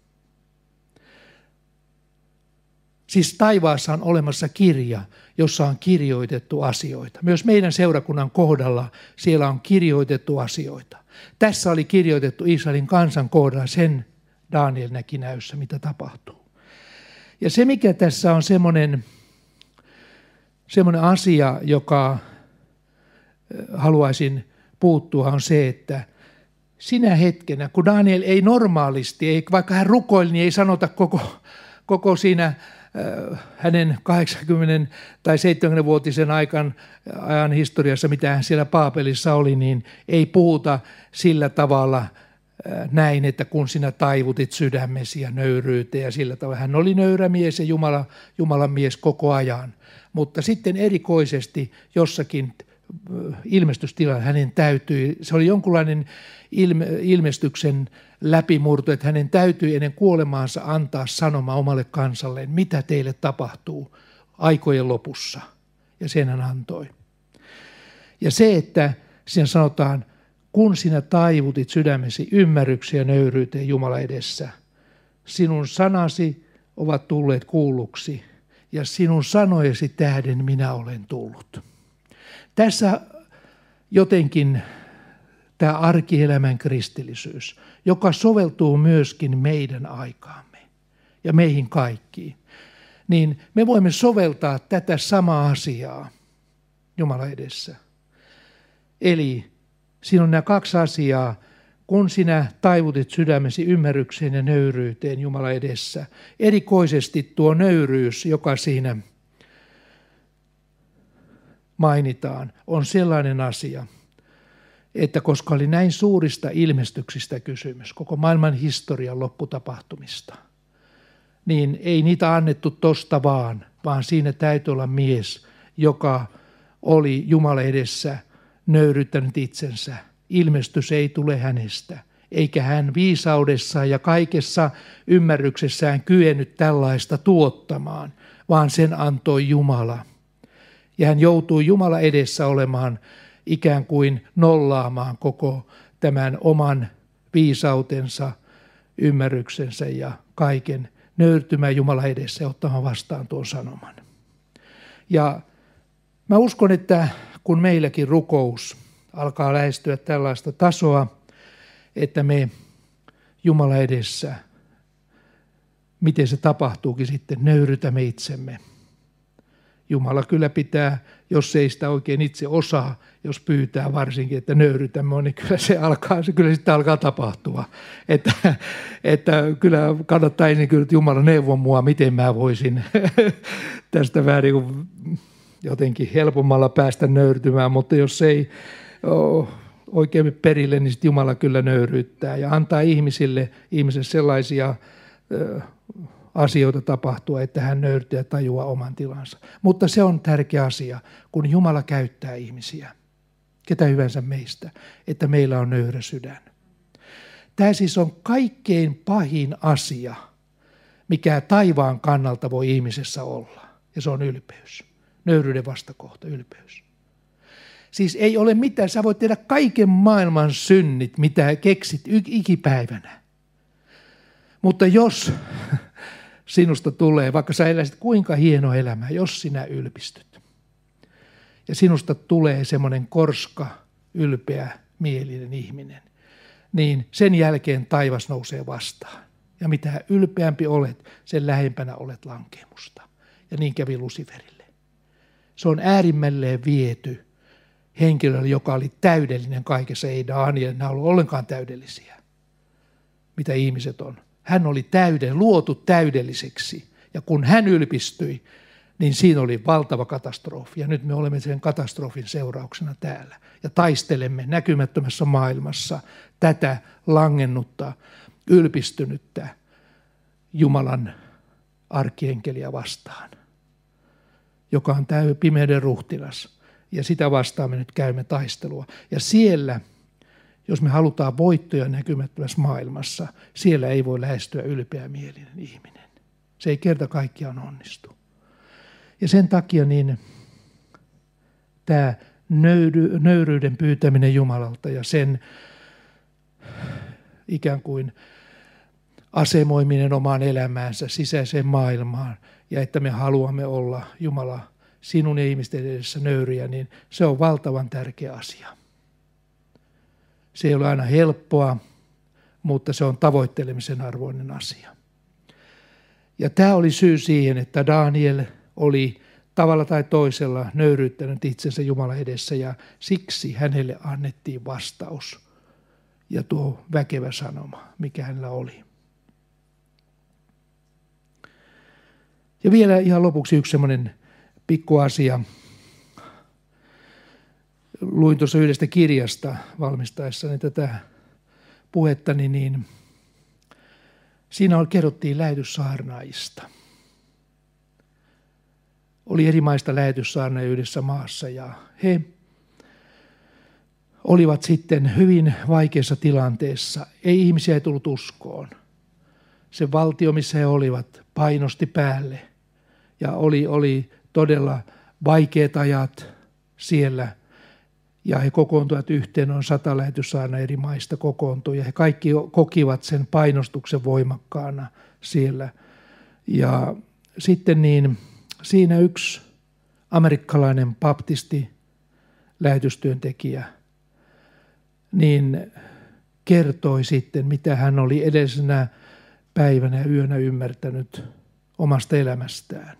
A: Siis taivaassa on olemassa kirja, jossa on kirjoitettu asioita. Myös meidän seurakunnan kohdalla siellä on kirjoitettu asioita. Tässä oli kirjoitettu Israelin kansan kohdalla, sen Daniel näki näyssä, mitä tapahtuu. Ja se, mikä tässä on semmoinen, semmoinen asia, joka haluaisin puuttua, on se, että sinä hetkenä, kun Daniel ei normaalisti, ei, vaikka hän rukoili, niin ei sanota koko, koko siinä hänen kahdeksankymmentä- tai seitsemänkymmentävuotisen aikan, ajan historiassa, mitä hän siellä Paapelissa oli, niin ei puhuta sillä tavalla näin, että kun sinä taivutit sydämesi ja nöyryyteen ja sillä tavalla. Hän oli nöyrä mies ja Jumala, Jumalan mies koko ajan, mutta sitten erikoisesti jossakin ilmestystilalla hänen täytyi, se oli jonkunlainen ilme, ilmestyksen läpimurto, että hänen täytyi ennen kuolemaansa antaa sanoma omalle kansalleen, mitä teille tapahtuu aikojen lopussa. Ja sen hän antoi. Ja se, että siinä sanotaan, kun sinä taivutit sydämesi ymmärryksiä ja nöyryyteen Jumala edessä, sinun sanasi ovat tulleet kuulluksi ja sinun sanojesi tähden minä olen tullut. Tässä jotenkin tämä arkielämän kristillisyys, joka soveltuu myöskin meidän aikaamme ja meihin kaikkiin, niin me voimme soveltaa tätä samaa asiaa Jumala edessä. Eli siinä on nämä kaksi asiaa, kun sinä taivutit sydämesi ymmärrykseen ja nöyryyteen Jumala edessä. Erikoisesti tuo nöyryys, joka siinä mainitaan, on sellainen asia, että koska oli näin suurista ilmestyksistä kysymys, koko maailman historian lopputapahtumista, niin ei niitä annettu tosta vaan, vaan siinä täytyy olla mies, joka oli Jumala edessä nöyryttänyt itsensä. Ilmestys ei tule hänestä, eikä hän viisaudessaan ja kaikessa ymmärryksessään kyennyt tällaista tuottamaan, vaan sen antoi Jumala. Ja hän joutui Jumala edessä olemaan ikään kuin nollaamaan koko tämän oman viisautensa, ymmärryksensä ja kaiken, nöyrtymään Jumala edessä ja ottamaan vastaan tuon sanoman. Ja mä uskon, että kun meilläkin rukous alkaa lähestyä tällaista tasoa, että me Jumala edessä, miten se tapahtuukin sitten, nöyrytämme itsemme Jumala kyllä pitää, jos ei sitä oikein itse osaa, jos pyytää varsinkin, että nöyrytämme, niin kyllä se alkaa, se kyllä sitten alkaa tapahtua. Että, että kyllä kannattaa ensin kyllä, että Jumala neuvoo mua, miten mä voisin tästä vähän niin kuin jotenkin helpommalla päästä nöyrtymään, mutta jos ei ole oikein perille, niin sitten Jumala kyllä nöyryyttää ja antaa ihmisille, ihmisille sellaisia ö, asioita tapahtua, että hän nöyrtyy ja tajuaa oman tilansa. Mutta se on tärkeä asia, kun Jumala käyttää ihmisiä, ketä hyvänsä meistä, että meillä on nöyrä sydän. Tämä siis on kaikkein pahin asia, mikä taivaan kannalta voi ihmisessä olla, ja se on ylpeys. Nöyryyden vastakohta, ylpeys. Siis ei ole mitään, sä voit tehdä kaiken maailman synnit, mitä keksit ikipäivänä. Mutta jos sinusta tulee, vaikka sä eläisit kuinka hieno elämä, jos sinä ylpistyt. Ja sinusta tulee semmoinen korska, ylpeä, mielinen ihminen. Niin sen jälkeen taivas nousee vastaan. Ja mitä ylpeämpi olet, sen lähempänä olet lankemusta. Ja niin kävi Luciferille. Se on äärimmälleen viety henkilölle, joka oli täydellinen kaikessa. Ei Daniel, nämä ollut ollenkaan täydellisiä, mitä ihmiset on. Hän oli täyden, luotu täydelliseksi. Ja kun hän ylpistyi, niin siinä oli valtava katastrofi. Ja nyt me olemme sen katastrofin seurauksena täällä. Ja taistelemme näkymättömässä maailmassa tätä langennutta, ylpistynyttä Jumalan arkkienkeliä vastaan, joka on täy pimeyden ruhtinas. Ja sitä vastaan me nyt käymme taistelua. Ja siellä, jos me halutaan voittoja näkymättömässä maailmassa, siellä ei voi lähestyä ylpeämielinen ihminen. Se ei kerta kaikkiaan onnistu. Ja sen takia niin tämä nöyry, nöyryyden pyytäminen Jumalalta ja sen ikään kuin asemoiminen omaan elämäänsä, sisäiseen maailmaan, ja että me haluamme olla Jumala sinun ja ihmisten edessä nöyriä, niin se on valtavan tärkeä asia. Se ei ole aina helppoa, mutta se on tavoittelemisen arvoinen asia. Ja tämä oli syy siihen, että Daniel oli tavalla tai toisella nöyryyttänyt itsensä Jumalan edessä, ja siksi hänelle annettiin vastaus ja tuo väkevä sanoma, mikä hänellä oli. Ja vielä ihan lopuksi yksi semmoinen pikku asia. Luin tuossa yhdestä kirjasta valmistaessani tätä puhettani, niin siinä kerrottiin lähetyssaarnaajista. Oli eri maista lähetyssaarnaajia yhdessä maassa ja he olivat sitten hyvin vaikeassa tilanteessa. Ei ihmisiä ei tullut uskoon. Se valtio, missä he olivat, painosti päälle ja oli, oli todella vaikeat ajat siellä. Ja he kokoontuivat yhteen, noin sata lähetyssaarnaajaa eri maista kokoontui ja he kaikki kokivat sen painostuksen voimakkaana siellä. Ja sitten niin siinä yksi amerikkalainen baptisti lähetystyöntekijä niin kertoi sitten, mitä hän oli edellisenä päivänä ja yönä ymmärtänyt omasta elämästään.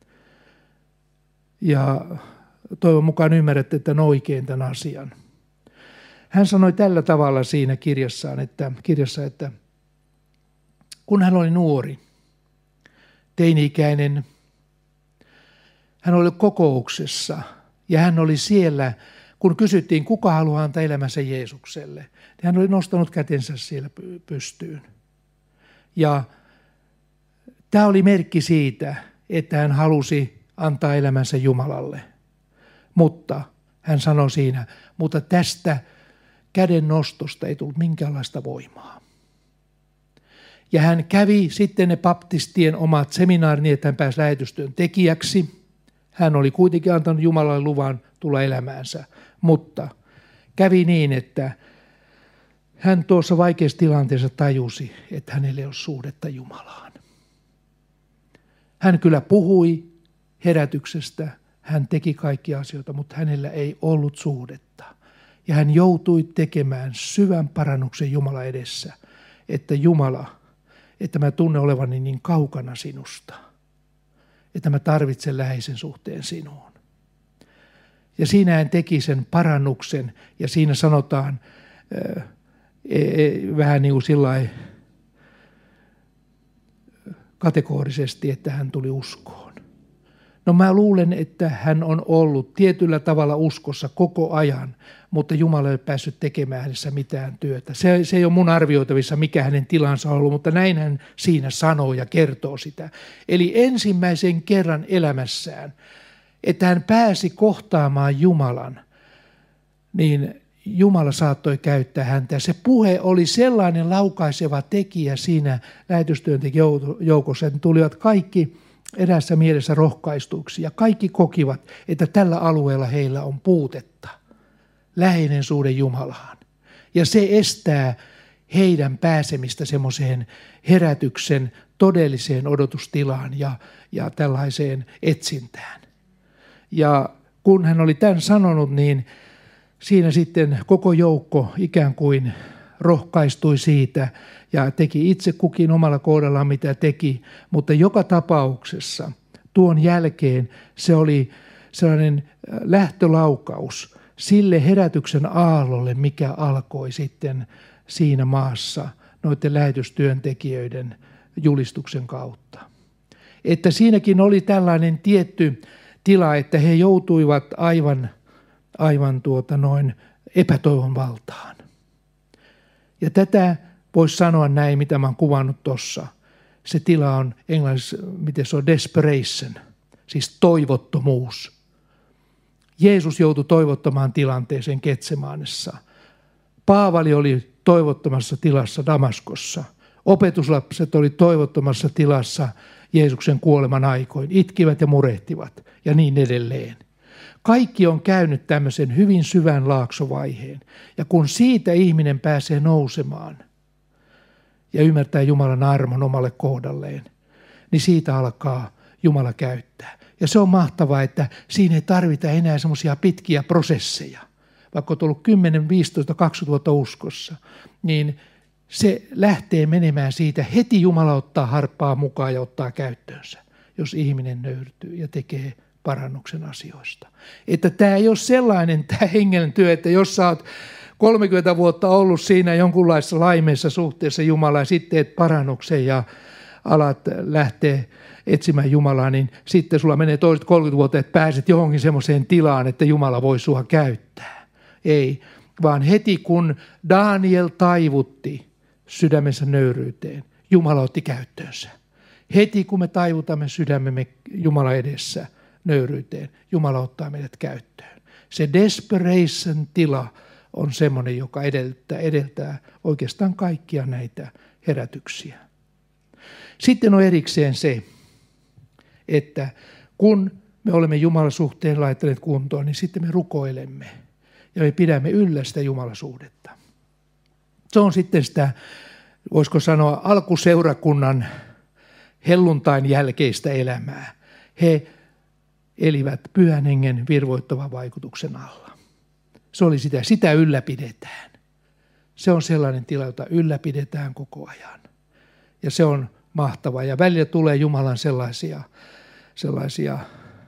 A: Ja toivon mukaan ymmärrätte, että on oikein tämän asian. Hän sanoi tällä tavalla siinä kirjassaan, että, kirjassa, että kun hän oli nuori, teini-ikäinen, hän oli kokouksessa ja hän oli siellä, kun kysyttiin, kuka haluaa antaa elämänsä Jeesukselle, niin hän oli nostanut kätensä siellä pystyyn. Ja tämä oli merkki siitä, että hän halusi antaa elämänsä Jumalalle. Mutta hän sanoi siinä, mutta tästä käden nostosta ei tullut minkäänlaista voimaa. Ja hän kävi sitten ne baptistien omat seminaarit niin, että hän pääsi lähetystyön tekijäksi. Hän oli kuitenkin antanut Jumalalle luvan tulla elämäänsä, mutta kävi niin, että hän tuossa vaikeassa tilanteessa tajusi, että hänellä ei ole suhdetta Jumalaan. Hän kyllä puhui herätyksestä, hän teki kaikkia asioita, mutta hänellä ei ollut suhdetta. Ja hän joutui tekemään syvän parannuksen Jumala edessä, että Jumala, että mä tunnen olevani niin kaukana sinusta, että mä tarvitsen läheisen suhteen sinuun. Ja siinä hän teki sen parannuksen ja siinä sanotaan äh, e, vähän niin kuin sillain kategorisesti, että hän tuli uskoon. No mä luulen, että hän on ollut tietyllä tavalla uskossa koko ajan, mutta Jumala ei ole päässyt tekemään hänessä mitään työtä. Se, se ei ole mun arvioitavissa, mikä hänen tilansa on ollut, mutta näin hän siinä sanoo ja kertoo sitä. Eli ensimmäisen kerran elämässään, että hän pääsi kohtaamaan Jumalan, niin Jumala saattoi käyttää häntä. Ja se puhe oli sellainen laukaiseva tekijä siinä lähetystyöntekijäjoukossa, että tulivat kaikki eräässä mielessä rohkaistuiksi ja kaikki kokivat, että tällä alueella heillä on puutetta, läheinen suhde Jumalaan. Ja se estää heidän pääsemistä semmoiseen herätyksen todelliseen odotustilaan ja, ja tällaiseen etsintään. Ja kun hän oli tämän sanonut, niin siinä sitten koko joukko ikään kuin rohkaistui siitä ja teki itse kukin omalla kohdallaan mitä teki, mutta joka tapauksessa tuon jälkeen se oli sellainen lähtölaukaus sille herätyksen aallolle, mikä alkoi sitten siinä maassa noiden lähetystyöntekijöiden julistuksen kautta. Että siinäkin oli tällainen tietty tila, että he joutuivat aivan, aivan tuota noin epätoivon valtaan. Ja tätä voisi sanoa näin, mitä mä oon kuvannut tuossa. Se tila on englanniksi, miten se on, desperation, siis toivottomuus. Jeesus joutui toivottomaan tilanteeseen Getsemaanessa. Paavali oli toivottomassa tilassa Damaskossa. Opetuslapset oli toivottomassa tilassa Jeesuksen kuoleman aikoin. Itkivät ja murehtivat ja niin edelleen. Kaikki on käynyt tämmöisen hyvin syvän laaksovaiheen. Ja kun siitä ihminen pääsee nousemaan ja ymmärtää Jumalan armon omalle kohdalleen, niin siitä alkaa Jumala käyttää. Ja se on mahtavaa, että siinä ei tarvita enää semmoisia pitkiä prosesseja. Vaikka on ollut kymmenen, viisitoista, kaksikymmentä vuotta uskossa, niin se lähtee menemään siitä. Heti Jumala ottaa harppaa mukaan ja ottaa käyttöönsä, jos ihminen nöyrtyy ja tekee parannuksen asioista. Että tämä ei ole sellainen tämä hengellinen työ, että jos sä oot kolmekymmentä vuotta ollut siinä jonkunlaisessa laimeessa suhteessa Jumalaan ja sitten teet parannuksen ja alat lähteä etsimään Jumalaa, niin sitten sulla menee toiset kolmekymmentä vuotta, että pääset johonkin semmoiseen tilaan, että Jumala voi sua käyttää. Ei, vaan heti kun Daniel taivutti sydämensä nöyryyteen, Jumala otti käyttöönsä. Heti kun me taivutamme sydämemme Jumala edessä nöyryyteen, Jumala ottaa meidät käyttöön. Se desperation tila on semmoinen, joka edeltää, edeltää oikeastaan kaikkia näitä herätyksiä. Sitten on erikseen se, että kun me olemme Jumalan suhteen laittaneet kuntoon, niin sitten me rukoilemme ja me pidämme yllä sitä Jumalasuhdetta. Se on sitten sitä, voisiko sanoa, alkuseurakunnan helluntain jälkeistä elämää. He elivät Pyhän Hengen virvoittavan vaikutuksen alla. Se oli sitä, sitä ylläpidetään. Se on sellainen tila, jota ylläpidetään koko ajan. Ja se on mahtavaa. Ja välillä tulee Jumalan sellaisia, sellaisia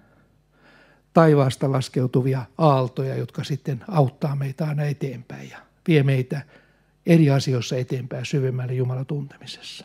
A: taivaasta laskeutuvia aaltoja, jotka sitten auttaa meitä aina eteenpäin ja vie meitä eri asioissa eteenpäin syvemmälle Jumalan tuntemisessa.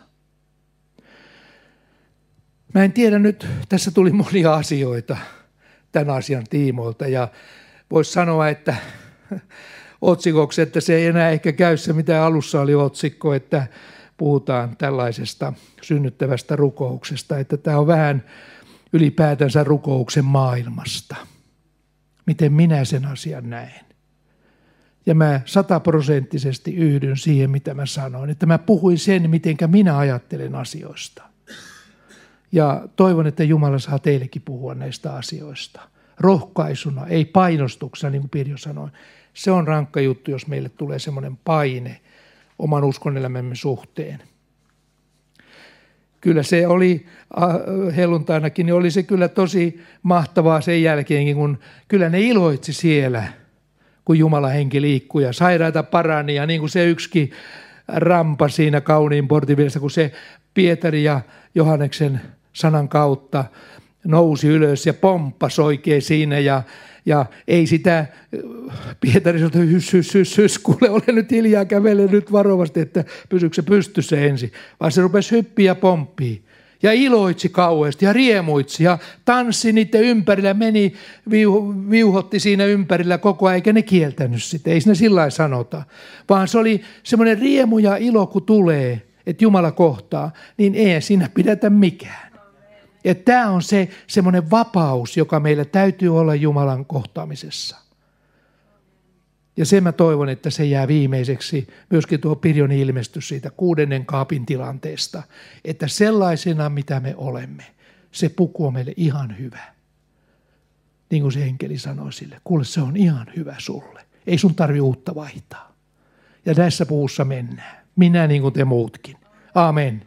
A: Mä en tiedä nyt, tässä tuli monia asioita tämän asian tiimoilta ja voisi sanoa, että otsikoksi, että se ei enää ehkä käy se, mitä alussa oli otsikko, että puhutaan tällaisesta synnyttävästä rukouksesta, että tämä on vähän ylipäätänsä rukouksen maailmasta. Miten minä sen asian näen. Ja mä sataprosenttisesti yhdyn siihen, mitä mä sanoin, että mä puhuin sen, mitenkä minä ajattelen asioista. Ja toivon, että Jumala saa teillekin puhua näistä asioista. Rohkaisuna, ei painostuksena, niin kuin Pirjo sanoi. Se on rankka juttu, jos meille tulee semmoinen paine oman uskonelämämme suhteen. Kyllä se oli helluntainakin, niin oli se kyllä tosi mahtavaa sen jälkeenkin, kun kyllä ne iloitsi siellä, kun Jumalan henki liikkui ja sairaita parani. Ja niin kuin se yksikin rampa siinä kauniin portin vieressä, kun se Pietari ja Johanneksen sanan kautta nousi ylös ja pomppasi oikein siinä ja, ja ei sitä, Pietari sanoi, että hys, hys, hys, hys, kuule, ole nyt hiljaa, kävele nyt varovasti, että pysyykö se pystyssä ensin. Vaan se rupesi hyppiä ja pomppia ja iloitsi kauheasti ja riemuitsi ja tanssi niiden ympärillä, meni, viuh, viuhotti siinä ympärillä koko ajan, eikä ne kieltänyt sitä, ei siinä sillä lailla sanota. Vaan se oli semmoinen riemu ja ilo, kun tulee, että Jumala kohtaa, niin ei siinä pidetä mikään. Ja tämä on se semmoinen vapaus, joka meillä täytyy olla Jumalan kohtaamisessa. Ja sen mä toivon, että se jää viimeiseksi myöskin tuo Pirjonin ilmestys siitä kuudennen kaapin tilanteesta. Että sellaisena, mitä me olemme, se puku on meille ihan hyvä. Niin kuin se enkeli sanoi sille, kuule se on ihan hyvä sulle. Ei sun tarvi uutta vaihtaa. Ja tässä puussa mennään. Minä niin kuin te muutkin. Amen.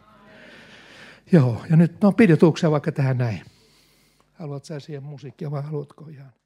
A: Joo, ja nyt no pidetuksia vaikka tähän näin. Haluat sä siihen musiikkia vai haluatko ihan?